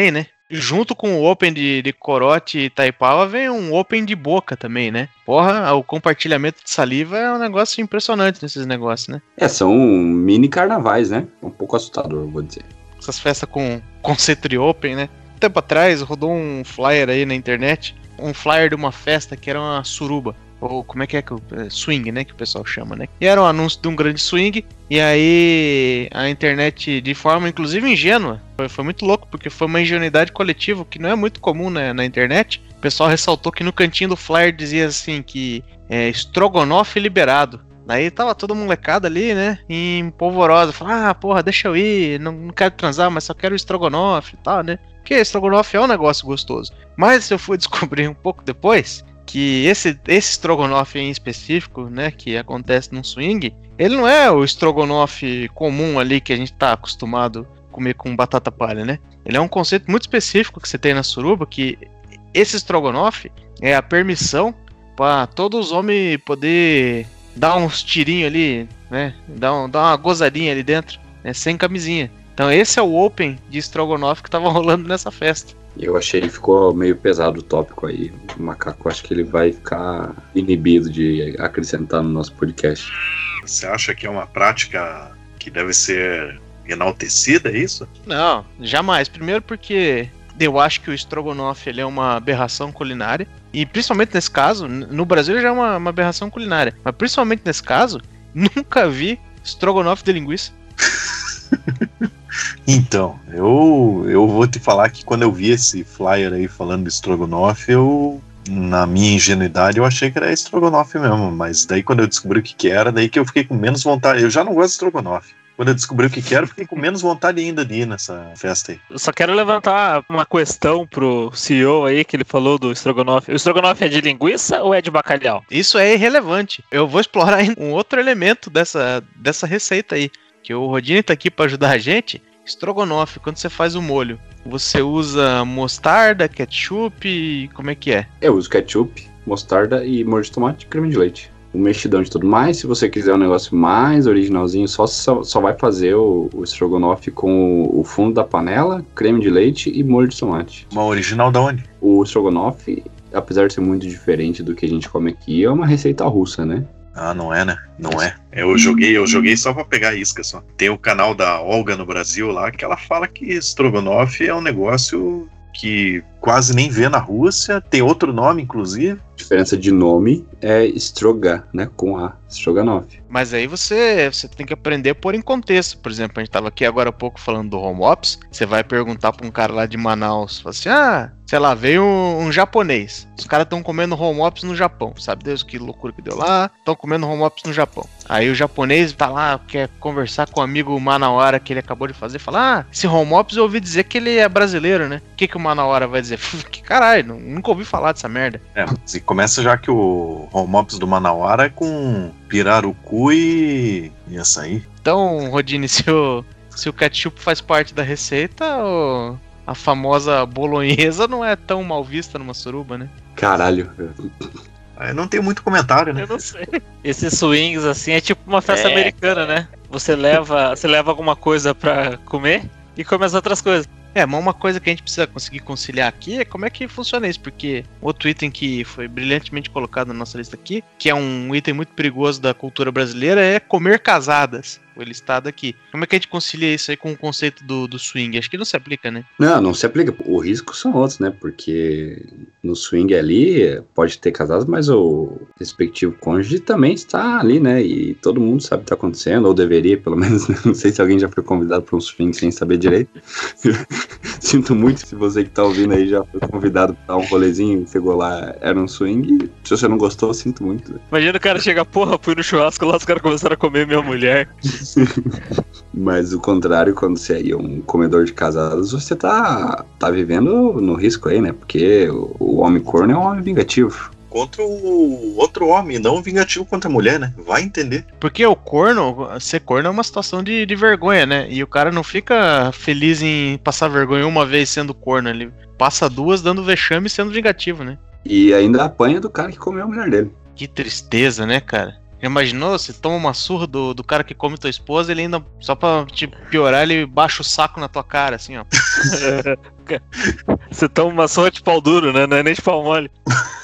junto com o Open de, de corote e Taipawa vem um Open de boca também, né? Porra, o compartilhamento de saliva é um negócio impressionante nesses negócios, né? É, são mini carnavais, né? Um pouco assustador, vou dizer. Essas festas com conceito de Open, né? Um tempo atrás rodou um flyer aí na internet, um flyer de uma festa que era uma suruba. Ou como é que é que o swing, né, que o pessoal chama, né? E era um anúncio de um grande swing, e aí a internet, de forma inclusive ingênua, foi, foi muito louco, porque foi uma ingenuidade coletiva, que não é muito comum, né, na internet. O pessoal ressaltou que no cantinho do flyer dizia assim, que é estrogonofe liberado. Daí tava toda molecada ali, né, em polvorosa, falando, ah, porra, deixa eu ir, não, não quero transar, mas só quero estrogonofe e tal, né? Porque estrogonofe é um negócio gostoso. Mas eu fui descobrir um pouco depois que esse, esse estrogonofe em específico, né, que acontece num swing, ele não é o estrogonofe comum ali que a gente tá acostumado a comer com batata palha, né? Ele é um conceito muito específico que você tem na suruba, que esse estrogonofe é a permissão para todos os homens poder dar uns tirinhos ali, né, dar, um, dar uma gozadinha ali dentro, né, sem camisinha. Então esse é o open de estrogonofe que tava rolando nessa festa. Eu achei que ficou meio pesado o tópico aí. O Macaco, acho que ele vai ficar inibido de acrescentar no nosso podcast. Você acha que é uma prática que deve ser enaltecida, é isso? Não, jamais. Primeiro porque eu acho que o estrogonofe ele é uma aberração culinária. E principalmente nesse caso, no Brasil já é uma, uma aberração culinária. Mas principalmente nesse caso, nunca vi estrogonofe de linguiça. Então, eu, eu vou te falar que quando eu vi esse flyer aí falando de estrogonofe, eu, na minha ingenuidade, eu achei que era estrogonofe mesmo, mas daí quando eu descobri o que que era, daí que eu fiquei com menos vontade. Eu já não gosto de estrogonofe. Quando eu descobri o que que era, eu fiquei com menos vontade ainda de ir nessa festa aí. Eu só quero levantar uma questão pro C E O aí, que ele falou do estrogonofe. O estrogonofe é de linguiça ou é de bacalhau? Isso é irrelevante. Eu vou explorar um outro elemento dessa, dessa receita aí, que o Rodine tá aqui pra ajudar a gente. Estrogonofe, quando você faz o molho, você usa mostarda, ketchup, como é que é? Eu uso ketchup, mostarda e molho de tomate e creme de leite. O mexidão de tudo mais, se você quiser um negócio mais originalzinho, só, só, só vai fazer o, o estrogonofe com o, o fundo da panela, creme de leite e molho de tomate. Uma original da onde? O estrogonofe, apesar de ser muito diferente do que a gente come aqui, é uma receita russa, né? Ah, não é, né? Não é. Eu joguei, eu joguei só pra pegar isca só. Tem o canal da Olga no Brasil lá, que ela fala que estrogonofe é um negócio que quase nem vê na Rússia, tem outro nome, inclusive. A diferença de nome é stroga, né, com a Stroganoff. Mas aí você, você tem que aprender a pôr em contexto. Por exemplo, a gente tava aqui agora há pouco falando do home office, você vai perguntar pra um cara lá de Manaus, fala assim, ah, sei lá, veio um, um japonês, os caras estão comendo home office no Japão, sabe Deus que loucura que deu lá, estão comendo home office no Japão. Aí o japonês tá lá, quer conversar com o amigo Manauara que ele acabou de fazer, fala, ah, esse home office eu ouvi dizer que ele é brasileiro, né? O que que o Manauara vai dizer? Que caralho, nunca ouvi falar dessa merda. É, e começa já que o home office do Manauara é com pirarucu e, e açaí. Então, Rodine, se o, se o ketchup faz parte da receita, o, a famosa bolonhesa não é tão mal vista numa suruba, né? Caralho. É, não tem muito comentário, né? Eu não sei. Esses swings, assim, é tipo uma festa É. americana, né? Você leva, você leva alguma coisa pra comer e come as outras coisas. É, mas uma coisa que a gente precisa conseguir conciliar aqui é como é que funciona isso, porque outro item que foi brilhantemente colocado na nossa lista aqui, que é um item muito perigoso da cultura brasileira, é comer casadas. Foi listado aqui. Como é que a gente concilia isso aí com o conceito do, do swing? Acho que não se aplica, né? Não, não se aplica. O risco são outros, né? Porque no swing ali pode ter casados, mas o respectivo cônjuge também está ali, né? E todo mundo sabe o que está acontecendo, ou deveria, pelo menos. Não sei se alguém já foi convidado para um swing sem saber direito. Sinto muito se você que tá ouvindo aí já foi convidado para um rolezinho e chegou lá, era um swing. Se você não gostou, sinto muito. Imagina o cara chega, porra, fui no churrasco lá, os caras começaram a comer minha mulher. Mas o contrário, quando você é um comedor de casados, você tá, tá vivendo no risco aí, né? Porque o, o homem corno é um homem vingativo. Contra o outro homem, não vingativo contra a mulher, né? Vai entender. Porque o corno, ser corno é uma situação de, de vergonha, né? E o cara não fica feliz em passar vergonha uma vez sendo corno, ele passa duas dando vexame e sendo vingativo, né? E ainda apanha do cara que comeu a mulher dele. Que tristeza, né, cara? Já imaginou? Você toma uma surra do, do cara que come tua esposa, ele ainda, só pra te piorar, ele baixa o saco na tua cara, assim, ó. Você toma uma surra de pau duro, né? Não é nem de pau mole.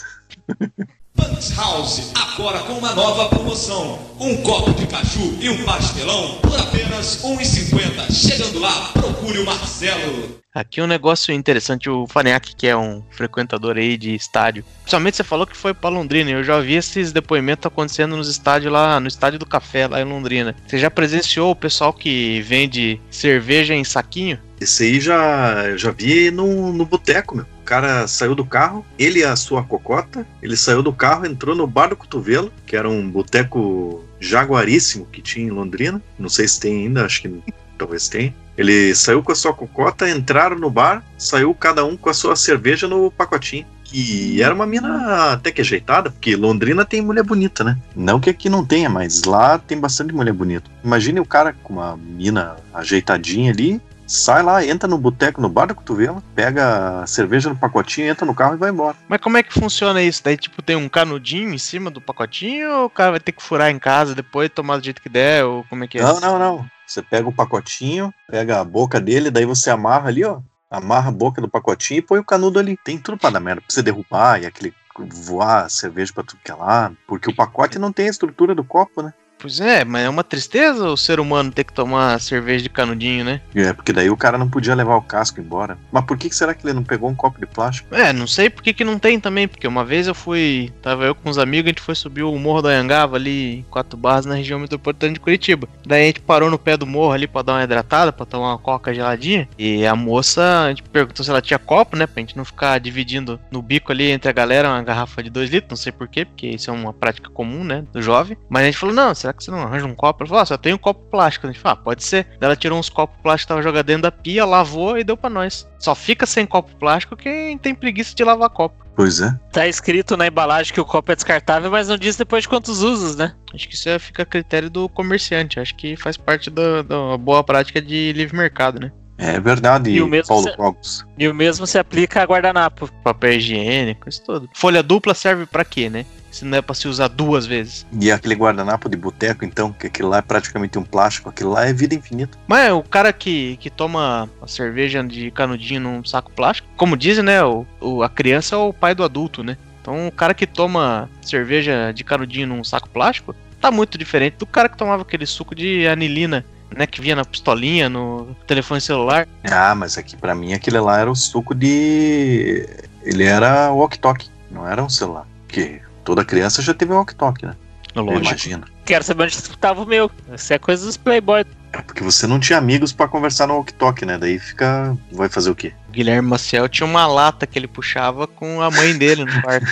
Punch House, agora com uma nova promoção. Um copo de caju e um pastelão por apenas um real e cinquenta centavos. Chegando lá, procure o Marcelo. Aqui um negócio interessante, o Faniac, que é um frequentador aí de estádio. Principalmente você falou que foi pra Londrina, eu já vi esses depoimentos acontecendo nos estádios lá, no Estádio do Café, lá em Londrina. Você já presenciou o pessoal que vende cerveja em saquinho? Esse aí já, já vi no, no boteco, meu. O cara saiu do carro, ele e a sua cocota, ele saiu do carro, entrou no Bar do Cotovelo, que era um boteco jaguaríssimo que tinha em Londrina. Não sei se tem ainda, acho que talvez tenha. Ele saiu com a sua cocota, entraram no bar, saiu cada um com a sua cerveja no pacotinho. Que era uma mina até que ajeitada, porque Londrina tem mulher bonita, né? Não que aqui não tenha, mas lá tem bastante mulher bonita. Imagine o cara com uma mina ajeitadinha ali, sai lá, entra no boteco, no Bar do Cotovelo, pega a cerveja no pacotinho, entra no carro e vai embora. Mas como é que funciona isso? Daí, tipo, tem um canudinho em cima do pacotinho ou o cara vai ter que furar em casa depois, tomar do jeito que der, ou como é que é? Não, não, não. Você pega o pacotinho, pega a boca dele, daí você amarra ali, ó. Amarra a boca do pacotinho e põe o canudo ali. Tem tudo pra dar merda, pra você derrubar e aquele voar a cerveja pra tudo que é lá. Porque o pacote não tem a estrutura do copo, né? Pois é, mas é uma tristeza o ser humano ter que tomar cerveja de canudinho, né? É, porque daí o cara não podia levar o casco embora. Mas por que que será que ele não pegou um copo de plástico? É, não sei por que que não tem também, porque uma vez eu fui, tava eu com uns amigos, a gente foi subir o Morro da Anhangava ali, em Quatro Barras, na região metropolitana de Curitiba. Daí a gente parou no pé do morro ali pra dar uma hidratada, pra tomar uma coca geladinha, e a moça, a gente perguntou se ela tinha copo, né, pra gente não ficar dividindo no bico ali entre a galera uma garrafa de dois litros, não sei por quê, porque isso é uma prática comum, né, do jovem. Mas a gente falou, não, será que você não arranja um copo? Ela falou, ah, só tem um copo plástico. A gente falou, ah, pode ser. Daí ela tirou uns copos plásticos que tava jogando dentro da pia, lavou e deu pra nós. Só fica sem copo plástico quem tem preguiça de lavar copo. Pois é. Tá escrito na embalagem que o copo é descartável, mas não diz depois de quantos usos, né? Acho que isso é, fica a critério do comerciante. Acho que faz parte da, da boa prática de livre mercado, né? É verdade, E o mesmo Paulo se- Cogos. E o mesmo se aplica a guardanapo. Papel higiênico, isso tudo. Folha dupla serve pra quê, né? Se não é pra se usar duas vezes. E aquele guardanapo de boteco, então, que aquilo lá é praticamente um plástico, aquilo lá é vida infinita. Mas o cara que, que toma a cerveja de canudinho num saco plástico, como dizem, né? O, o, a criança é o pai do adulto, né? Então o cara que toma cerveja de canudinho num saco plástico tá muito diferente do cara que tomava aquele suco de anilina, né? Que vinha na pistolinha, no telefone celular. Ah, mas aqui pra mim aquele lá era o suco de... Ele era walkie-talkie, não era um celular. Porque toda criança já teve um walkie-talkie, né? Eu imagino. Quero saber onde tava o meu. Isso é coisa dos playboy. É porque você não tinha amigos pra conversar no walkie-talkie, né? Daí fica... Vai fazer o quê? O Guilherme Maciel tinha uma lata que ele puxava com a mãe dele no quarto.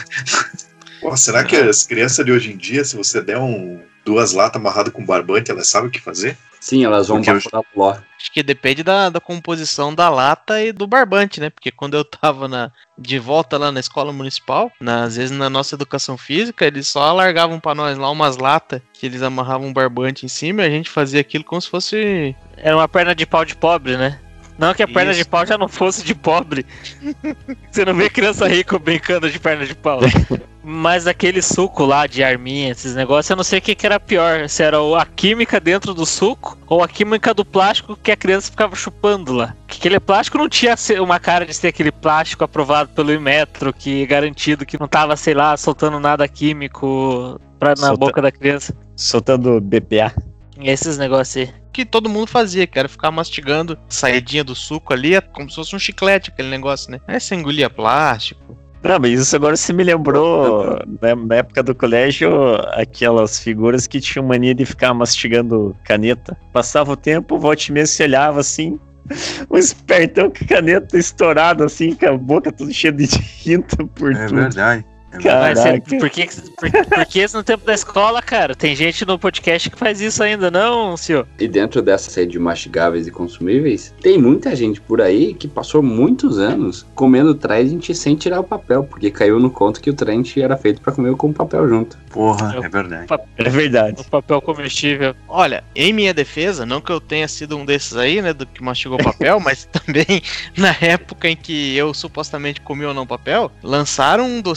Pô, será que as crianças de hoje em dia, se você der um, duas latas amarradas com barbante, elas sabem o que fazer? Sim, elas vão Porque eu- para o ló. Acho que depende da, da composição da lata e do barbante, né? Porque quando eu tava na, de volta lá na escola municipal, na- às vezes na nossa educação física, eles só largavam pra nós lá umas latas que eles amarravam um barbante em cima e a gente fazia aquilo como se fosse... Era uma perna de pau de pobre, né? Não que a perna Isso. de pau já não fosse de pobre. Você não vê criança rica brincando de perna de pau. Mas aquele suco lá de arminha, esses negócios, eu não sei o que, que era pior. Se era a química dentro do suco ou a química do plástico que a criança ficava chupando lá. Que aquele plástico não tinha uma cara de ser aquele plástico aprovado pelo Inmetro, que garantido que não tava, sei lá, soltando nada químico pra, na Solta- boca da criança. Soltando B P A. E esses negócios aí. Que todo mundo fazia, que era ficar mastigando a saidinha do suco ali, é como se fosse um chiclete, aquele negócio, né? Aí você engolia plástico. Não, mas isso agora se me lembrou, né, na época do colégio, aquelas figuras que tinham mania de ficar mastigando caneta. Passava o tempo, volta e meia se olhava assim, um espertão com a caneta estourada assim, com a boca toda cheia de tinta por É tudo. verdade. É Mas Caraca. você- por que, por, por que isso no tempo da escola, cara? Tem gente no podcast que faz isso ainda, não, senhor? E dentro dessa série de mastigáveis e consumíveis, tem muita gente por aí que passou muitos anos comendo Trident sem tirar o papel, porque caiu no conto que o Trident era feito pra comer com papel junto. Porra, é verdade. É verdade. O papel comestível. Olha, em minha defesa, não que eu tenha sido um desses aí, né, do que mastigou papel, mas também na época em que eu supostamente comi ou não papel, lançaram um docinho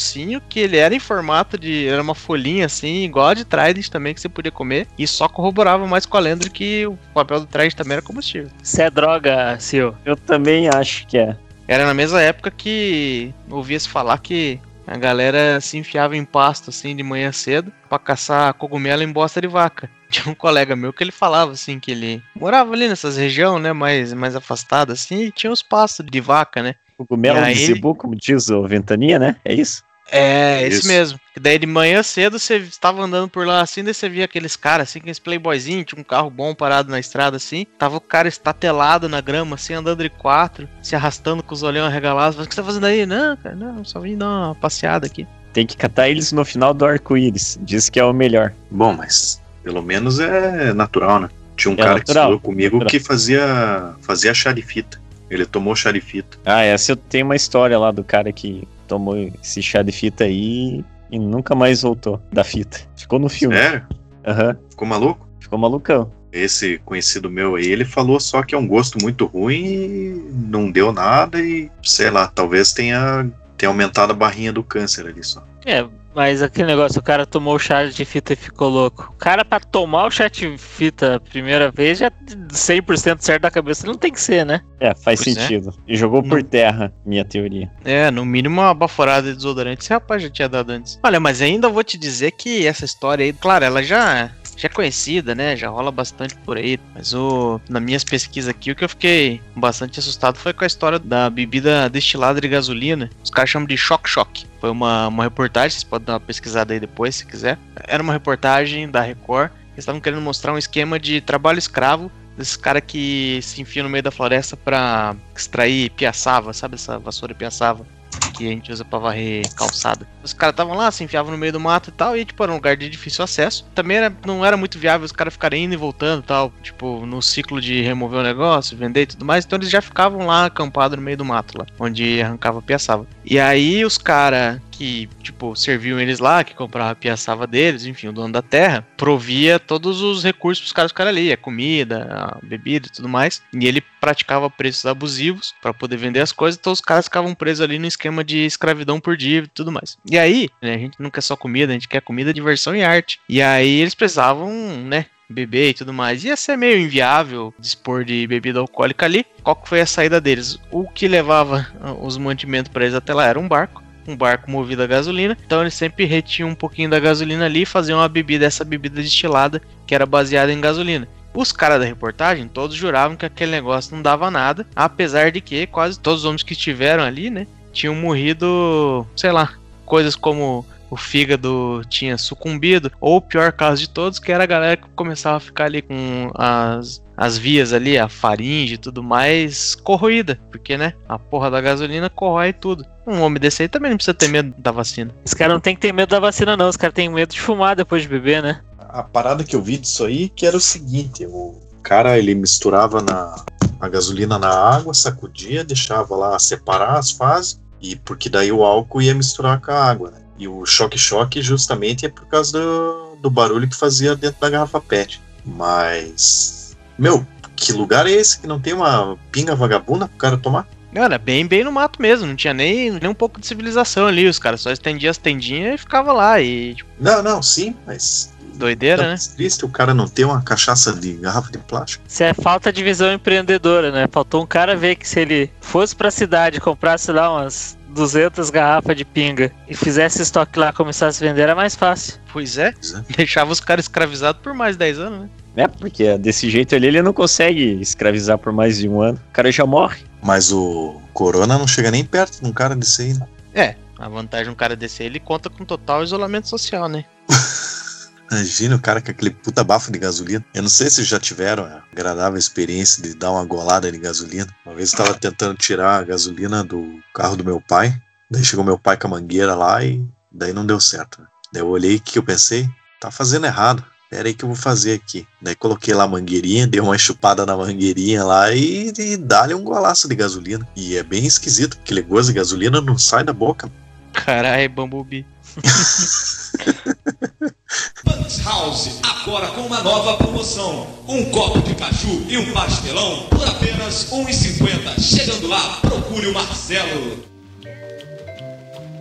que ele era em formato de... Era uma folhinha assim, igual a de Trident também, que você podia comer. E só corroborava mais com a lenda de que o papel do Trident também era combustível. Isso é droga, Sil. Eu também acho que é. Era na mesma época que ouvia-se falar que a galera se enfiava em pasto assim de manhã cedo pra caçar cogumelo em bosta de vaca. Tinha um colega meu que ele falava assim que ele morava ali nessas regiões, né, mais, mais afastadas assim, e tinha os pastos de vaca, né. Cogumelo E de aí- zebu, como diz o Ventania, né? É isso? É, esse Isso. mesmo. E daí de manhã cedo você estava andando por lá assim, daí você via aqueles caras assim, aqueles playboyzinhos, tinha um carro bom parado na estrada assim, tava o cara estatelado na grama assim, andando de quatro, se arrastando com os olhão arregalados. Mas o que você tá fazendo aí? Não, cara, não, só vim dar uma passeada aqui. Tem que catar eles no final do arco-íris. Diz que é o melhor. Bom, mas pelo menos é natural, né? Tinha um É cara que natural, estudou comigo natural. que fazia, fazia chá de fita. Ele tomou chá de fita. Ah, essa eu tenho uma história lá do cara que tomou esse chá de fita aí e nunca mais voltou da fita. Ficou no filme. Sério? Aham. Ficou maluco? Ficou malucão. Esse conhecido meu aí, ele falou só que é um gosto muito ruim e não deu nada e, sei lá, talvez tenha, tenha aumentado a barrinha do câncer ali só. É, mas aquele negócio, o cara tomou o chá de fita e ficou louco. O cara, pra tomar o chá de fita a primeira vez, já cem por cento certo da cabeça não tem que ser, né? É, faz Pois é. sentido. E jogou por Não. terra, minha teoria. É, no mínimo uma baforada de desodorante esse rapaz já tinha dado antes. Olha, mas ainda vou te dizer que essa história aí, claro, ela já, já é conhecida, né? Já rola bastante por aí. Mas o, nas minhas pesquisas aqui, o que eu fiquei bastante assustado foi com a história da bebida destilada de gasolina. Os caras chamam de choque-choque. Foi uma, uma reportagem, vocês podem dar uma pesquisada aí depois, se quiser. Era uma reportagem da Record. Eles estavam querendo mostrar um esquema de trabalho escravo desses caras que se enfiam no meio da floresta pra extrair piaçava, sabe essa vassoura piaçava que a gente usa pra varrer calçada. Os caras estavam lá, se enfiavam no meio do mato e tal, e tipo, era um lugar de difícil acesso. Também era, não era muito viável os caras ficarem indo e voltando e tal, tipo, no ciclo de remover o negócio, vender e tudo mais, então eles já ficavam lá acampados no meio do mato lá, onde arrancava piaçava. E aí os caras que, tipo, serviam eles lá, que compravam a piaçava deles, enfim, o dono da terra, provia todos os recursos pros caras ficarem ali, a comida, a bebida e tudo mais, e ele praticava preços abusivos pra poder vender as coisas, então os caras ficavam presos ali no esquema de escravidão por dívida e tudo mais. E aí, né, a gente não quer só comida, a gente quer comida, diversão e arte. E aí eles precisavam, né, beber e tudo mais. Ia ser meio inviável dispor de bebida alcoólica ali. Qual que foi a saída deles? O que levava os mantimentos para eles até lá era um barco. Um barco movido a gasolina. Então eles sempre retinham um pouquinho da gasolina ali e faziam uma bebida, essa bebida destilada, que era baseada em gasolina. Os caras da reportagem, todos juravam que aquele negócio não dava nada, apesar de que quase todos os homens que estiveram ali, né, tinham morrido, sei lá, coisas como o fígado tinha sucumbido, ou o pior caso de todos, que era a galera que começava a ficar ali com as, as vias ali, a faringe e tudo mais, corroída, porque, né, a porra da gasolina corrói tudo. Um homem desse aí também não precisa ter medo da vacina. Os caras não tem que ter medo da vacina, não. Os caras têm medo de fumar depois de beber, né? A parada que eu vi disso aí que era o seguinte, o cara ele misturava na, a gasolina na água, sacudia, deixava lá separar as fases, e porque daí o álcool ia misturar com a água, né? E o choque-choque justamente é por causa do, do barulho que fazia dentro da garrafa pet. Mas, meu, que lugar é esse que não tem uma pinga vagabunda pro cara tomar? Era bem, bem no mato mesmo, não tinha nem, nem um pouco de civilização ali, os caras só estendiam as tendinhas e ficava lá, e tipo, Não, não, sim, mas... doideira, tá né? triste o cara não ter uma cachaça de garrafa de plástico. Isso é falta de visão empreendedora, né? Faltou um cara ver que se ele fosse pra cidade, comprasse lá umas duzentas garrafas de pinga e fizesse estoque lá, começasse a vender, era mais fácil. Pois é, Pois é. deixava os caras escravizados por mais dez anos, né? É, porque desse jeito ali ele não consegue escravizar por mais de um ano. O cara já morre. Mas o Corona não chega nem perto de um cara desse aí, né? É, a vantagem de um cara desse aí, ele conta com total isolamento social, né? Imagina o cara com aquele puta bafo de gasolina. Eu não sei se já tiveram a agradável experiência de dar uma golada de gasolina. Uma vez eu tava tentando tirar a gasolina do carro do meu pai. Daí chegou meu pai com a mangueira lá e daí não deu certo, né? Daí eu olhei, o que eu pensei? Tá fazendo errado. Pera aí que eu vou fazer aqui. Daí coloquei lá a mangueirinha, dei uma chupada na mangueirinha lá e, e dá-lhe um golaço de gasolina. E é bem esquisito, porque aquele gosto de gasolina não sai da boca. Caralho, Bumblebee. Punch House, agora com uma nova promoção. Um copo de caju e um pastelão por apenas um real e cinquenta centavos. Chegando lá, procure o Marcelo.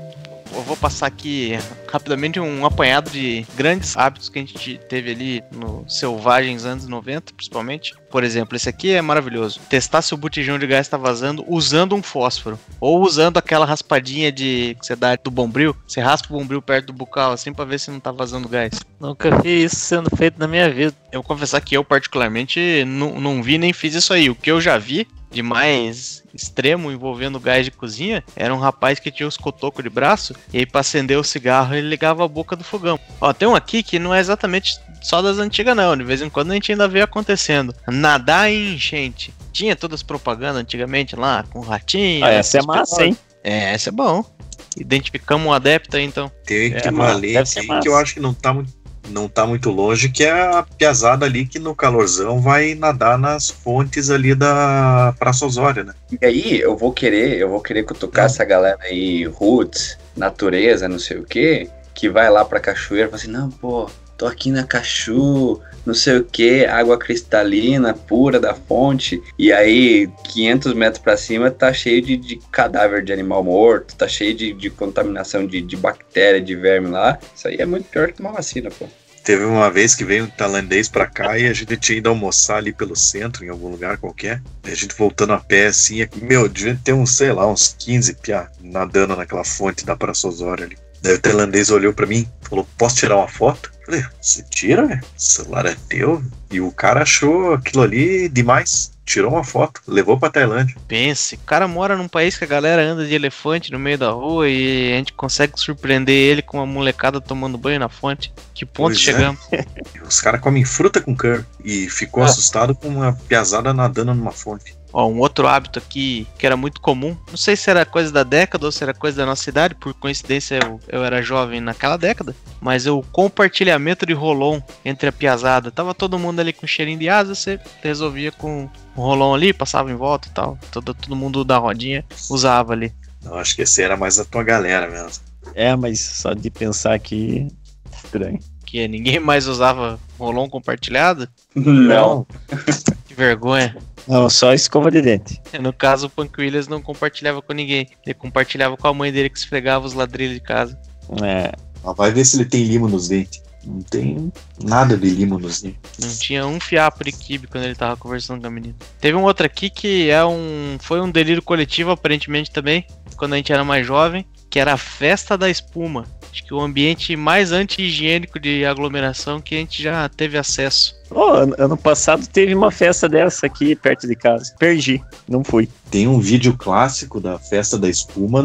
eu vou passar aqui rapidamente um apanhado de grandes hábitos que a gente teve ali no Selvagens anos noventa, principalmente. Por exemplo, esse aqui é maravilhoso. Testar se o botijão de gás tá vazando usando um fósforo. Ou usando aquela raspadinha de que você dá do bombril. Você raspa o bombril perto do bucal, assim, pra ver se não tá vazando gás. Nunca vi isso sendo feito na minha vida. Eu vou confessar que eu, particularmente, não, não vi nem fiz isso aí. O que eu já vi de mais extremo envolvendo gás de cozinha era um rapaz que tinha os cotocos de braço e aí pra acender o cigarro ele ligava a boca do fogão. Ó, tem um aqui que não é exatamente só das antigas não, de vez em quando a gente ainda vê acontecendo. Nadar em enchente. Tinha todas as propagandas antigamente lá, com ratinho. Ah, essa é massa, hein? É, essa é bom. Identificamos um adepto aí então. Tem que É, valer deve ser aqui, massa. que eu acho que não tá muito. Não tá muito longe, que é a piazada ali que no calorzão vai nadar nas fontes ali da Praça Osório, né? E aí eu vou querer, eu vou querer cutucar essa galera aí, roots, natureza, não sei o quê, que vai lá pra cachoeira e fala assim, não, pô, tô aqui na Cachu, não sei o que, água cristalina, pura da fonte, e aí quinhentos metros pra cima tá cheio de, de cadáver de animal morto, tá cheio de, de contaminação de, de bactéria, de verme lá. Isso aí é muito pior que uma vacina, pô. Teve uma vez que veio um tailandês pra cá e a gente tinha ido almoçar ali pelo centro, em algum lugar qualquer. E a gente voltando a pé assim, meu, devia ter uns, sei lá, uns quinze piá nadando naquela fonte da Praça Osório ali. Daí o tailandês olhou pra mim, falou, posso tirar uma foto? Eu falei, você tira, velho? O celular é teu? E o cara achou aquilo ali demais. Tirou uma foto, levou pra Tailândia. Pense, o cara mora num país que a galera anda de elefante no meio da rua e a gente consegue surpreender ele com uma molecada tomando banho na fonte. Que ponto Pois é. chegamos? Os caras comem fruta com curry. E ficou Ah. assustado com uma piazada nadando numa fonte. Ó, um outro hábito aqui que era muito comum, não sei se era coisa da década ou se era coisa da nossa idade, por coincidência eu, eu era jovem naquela década, mas o compartilhamento de rolon entre a piazada, tava todo mundo ali com cheirinho de asa, você resolvia com um rolon ali, passava em volta e tal, todo, todo mundo da rodinha usava ali. Eu acho que esse era mais a tua galera mesmo. É, mas só de pensar aqui, estranho. Que ninguém mais usava rolon compartilhado, Não. que vergonha. Não, só escova de dente. No caso, o Punk Williams não compartilhava com ninguém, ele compartilhava com a mãe dele que esfregava os ladrilhos de casa. É, Ah, vai ver se ele tem limo nos dentes. Não tem nada de limo nos dentes. Não tinha um fiapo de quibe quando ele tava conversando com a menina. Teve um outro aqui que é um, foi um delírio coletivo, aparentemente também, quando a gente era mais jovem, que era a festa da espuma. Acho que o ambiente mais anti-higiênico de aglomeração que a gente já teve acesso. oh, ano, ano passado teve uma festa dessa aqui perto de casa. Perdi, não fui. Tem um vídeo clássico da festa da espuma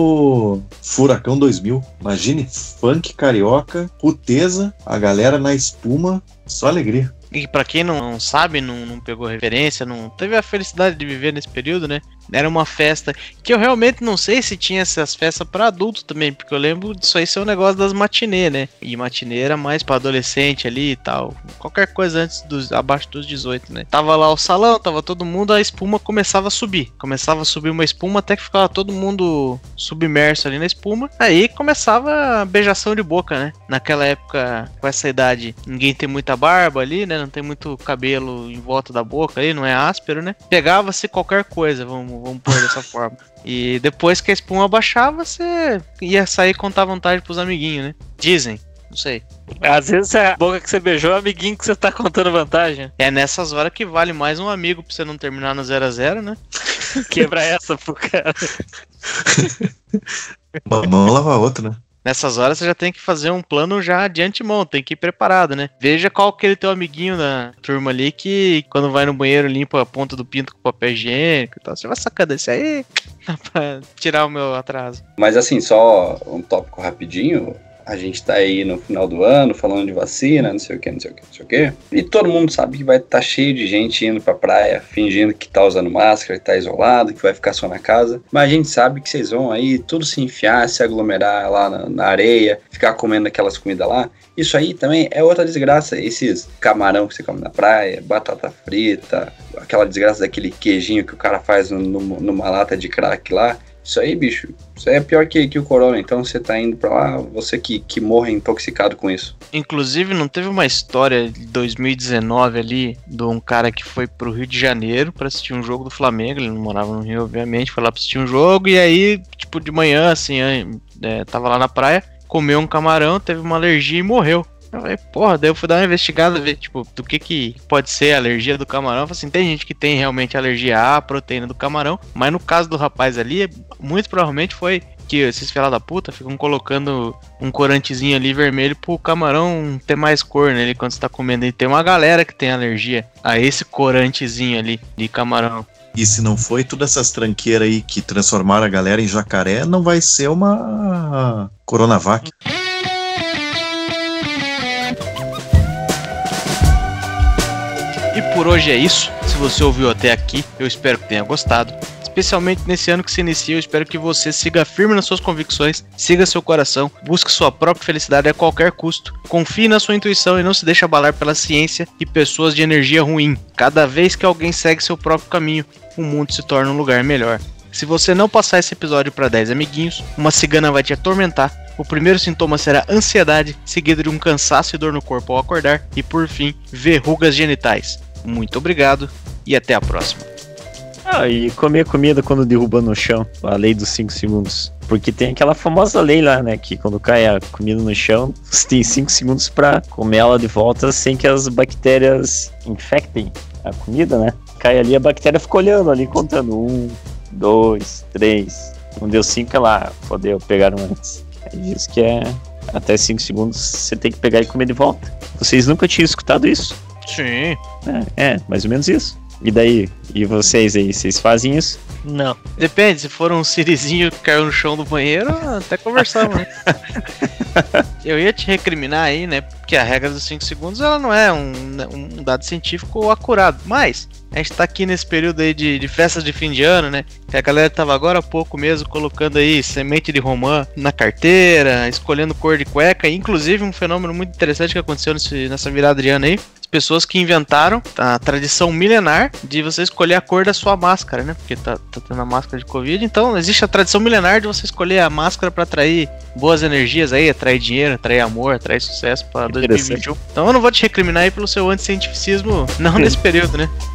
no Furacão dois mil. Imagine, funk carioca, puteza, a galera na espuma, só alegria. E pra quem não sabe, não, não pegou referência, não teve a felicidade de viver nesse período, né? Era uma festa que eu realmente não sei se tinha essas festas pra adulto também, porque eu lembro disso aí ser um negócio das matinê, né? E matinê era mais pra adolescente ali e tal. Qualquer coisa antes dos, abaixo dos dezoito, né? Tava lá o salão, tava todo mundo, a espuma começava a subir. Começava a subir uma espuma até que ficava todo mundo submerso ali na espuma. Aí começava a beijação de boca, né? Naquela época, com essa idade, ninguém tem muita barba ali, né? Não tem muito cabelo em volta da boca ali, não é áspero, né? Pegava-se qualquer coisa, vamos, vamos pôr dessa forma. E depois que a espuma baixava, você ia sair contar vantagem pros amiguinhos, né? Dizem, não sei. Às vezes a boca que você beijou é o amiguinho que você tá contando vantagem. É nessas horas que vale mais um amigo pra você não terminar no zero a zero, né? Quebra essa pro cara. Uma mão lava a outra, né? Nessas horas você já tem que fazer um plano já de antemão, tem que ir preparado, né? Veja qual aquele teu amiguinho da turma ali que quando vai no banheiro limpa a ponta do pinto com papel higiênico e tal. Você vai sacando esse aí, dá pra tirar o meu atraso. Mas assim, só um tópico rapidinho. A gente tá aí no final do ano falando de vacina, não sei o que, não sei o que, não sei o que. E todo mundo sabe que vai estar tá cheio de gente indo pra praia, fingindo que tá usando máscara, que tá isolado, que vai ficar só na casa. Mas a gente sabe que vocês vão aí tudo se enfiar, se aglomerar lá na, na areia, ficar comendo aquelas comidas lá. Isso aí também é outra desgraça. Esses camarão que você come na praia, batata frita, aquela desgraça daquele queijinho que o cara faz no, no, numa lata de crack lá. Isso aí, bicho, isso aí é pior que, que o corona. Então você tá indo pra lá, você que, que morre intoxicado com isso. Inclusive, não teve uma história de dois mil e dezenove ali, de um cara que foi pro Rio de Janeiro pra assistir um jogo do Flamengo. Ele não morava no Rio, obviamente, foi lá pra assistir um jogo. E aí, tipo, de manhã, assim, é, tava lá na praia, comeu um camarão, teve uma alergia e morreu. Eu falei, porra, daí eu fui dar uma investigada, ver, tipo, do que que pode ser a alergia do camarão. Eu falei assim, tem gente que tem realmente alergia à proteína do camarão, mas no caso do rapaz ali, muito provavelmente foi que esses filha da puta ficam colocando um corantezinho ali vermelho pro camarão ter mais cor nele quando você tá comendo. E tem uma galera que tem alergia a esse corantezinho ali de camarão. E se não foi todas essas tranqueiras aí que transformaram a galera em jacaré, não vai ser uma Coronavac. E por hoje é isso. Se você ouviu até aqui, eu espero que tenha gostado. Especialmente nesse ano que se inicia, eu espero que você siga firme nas suas convicções, siga seu coração, busque sua própria felicidade a qualquer custo, confie na sua intuição e não se deixe abalar pela ciência e pessoas de energia ruim. Cada vez que alguém segue seu próprio caminho, o mundo se torna um lugar melhor. Se você não passar esse episódio para dez amiguinhos, uma cigana vai te atormentar. O primeiro sintoma será ansiedade, seguido de um cansaço e dor no corpo ao acordar, e por fim, verrugas genitais. Muito obrigado e até a próxima. Ah, e comer comida quando derruba no chão, a lei dos cinco segundos. Porque tem aquela famosa lei lá, né, que quando cai a comida no chão, você tem cinco segundos pra comer ela de volta sem que as bactérias infectem a comida, né? Cai ali, a bactéria fica olhando ali, contando um, dois, três. Não deu cinco, é lá, fodeu, pegaram antes. É isso que é até cinco segundos você tem que pegar e comer de volta. Vocês nunca tinham escutado isso? Sim. É, é mais ou menos isso. E daí? E vocês aí, vocês fazem isso? Não. Depende, se for um sirizinho que caiu no chão do banheiro, até conversamos, né? Eu ia te recriminar aí, né? Porque a regra dos cinco segundos, ela não é um, um dado científico acurado. Mas a gente tá aqui nesse período aí de, de festas de fim de ano, né? Que a galera tava agora há pouco mesmo colocando aí semente de romã na carteira, escolhendo cor de cueca. Inclusive um fenômeno muito interessante que aconteceu nesse, nessa virada de ano aí. Pessoas que inventaram a tradição milenar de você escolher a cor da sua máscara, né? Porque tá, tá tendo a máscara de Covid, então existe a tradição milenar de você escolher a máscara pra atrair boas energias aí, atrair dinheiro, atrair amor, atrair sucesso pra dois mil e vinte e um. Então eu não vou te recriminar aí pelo seu anticientificismo, não nesse período, né?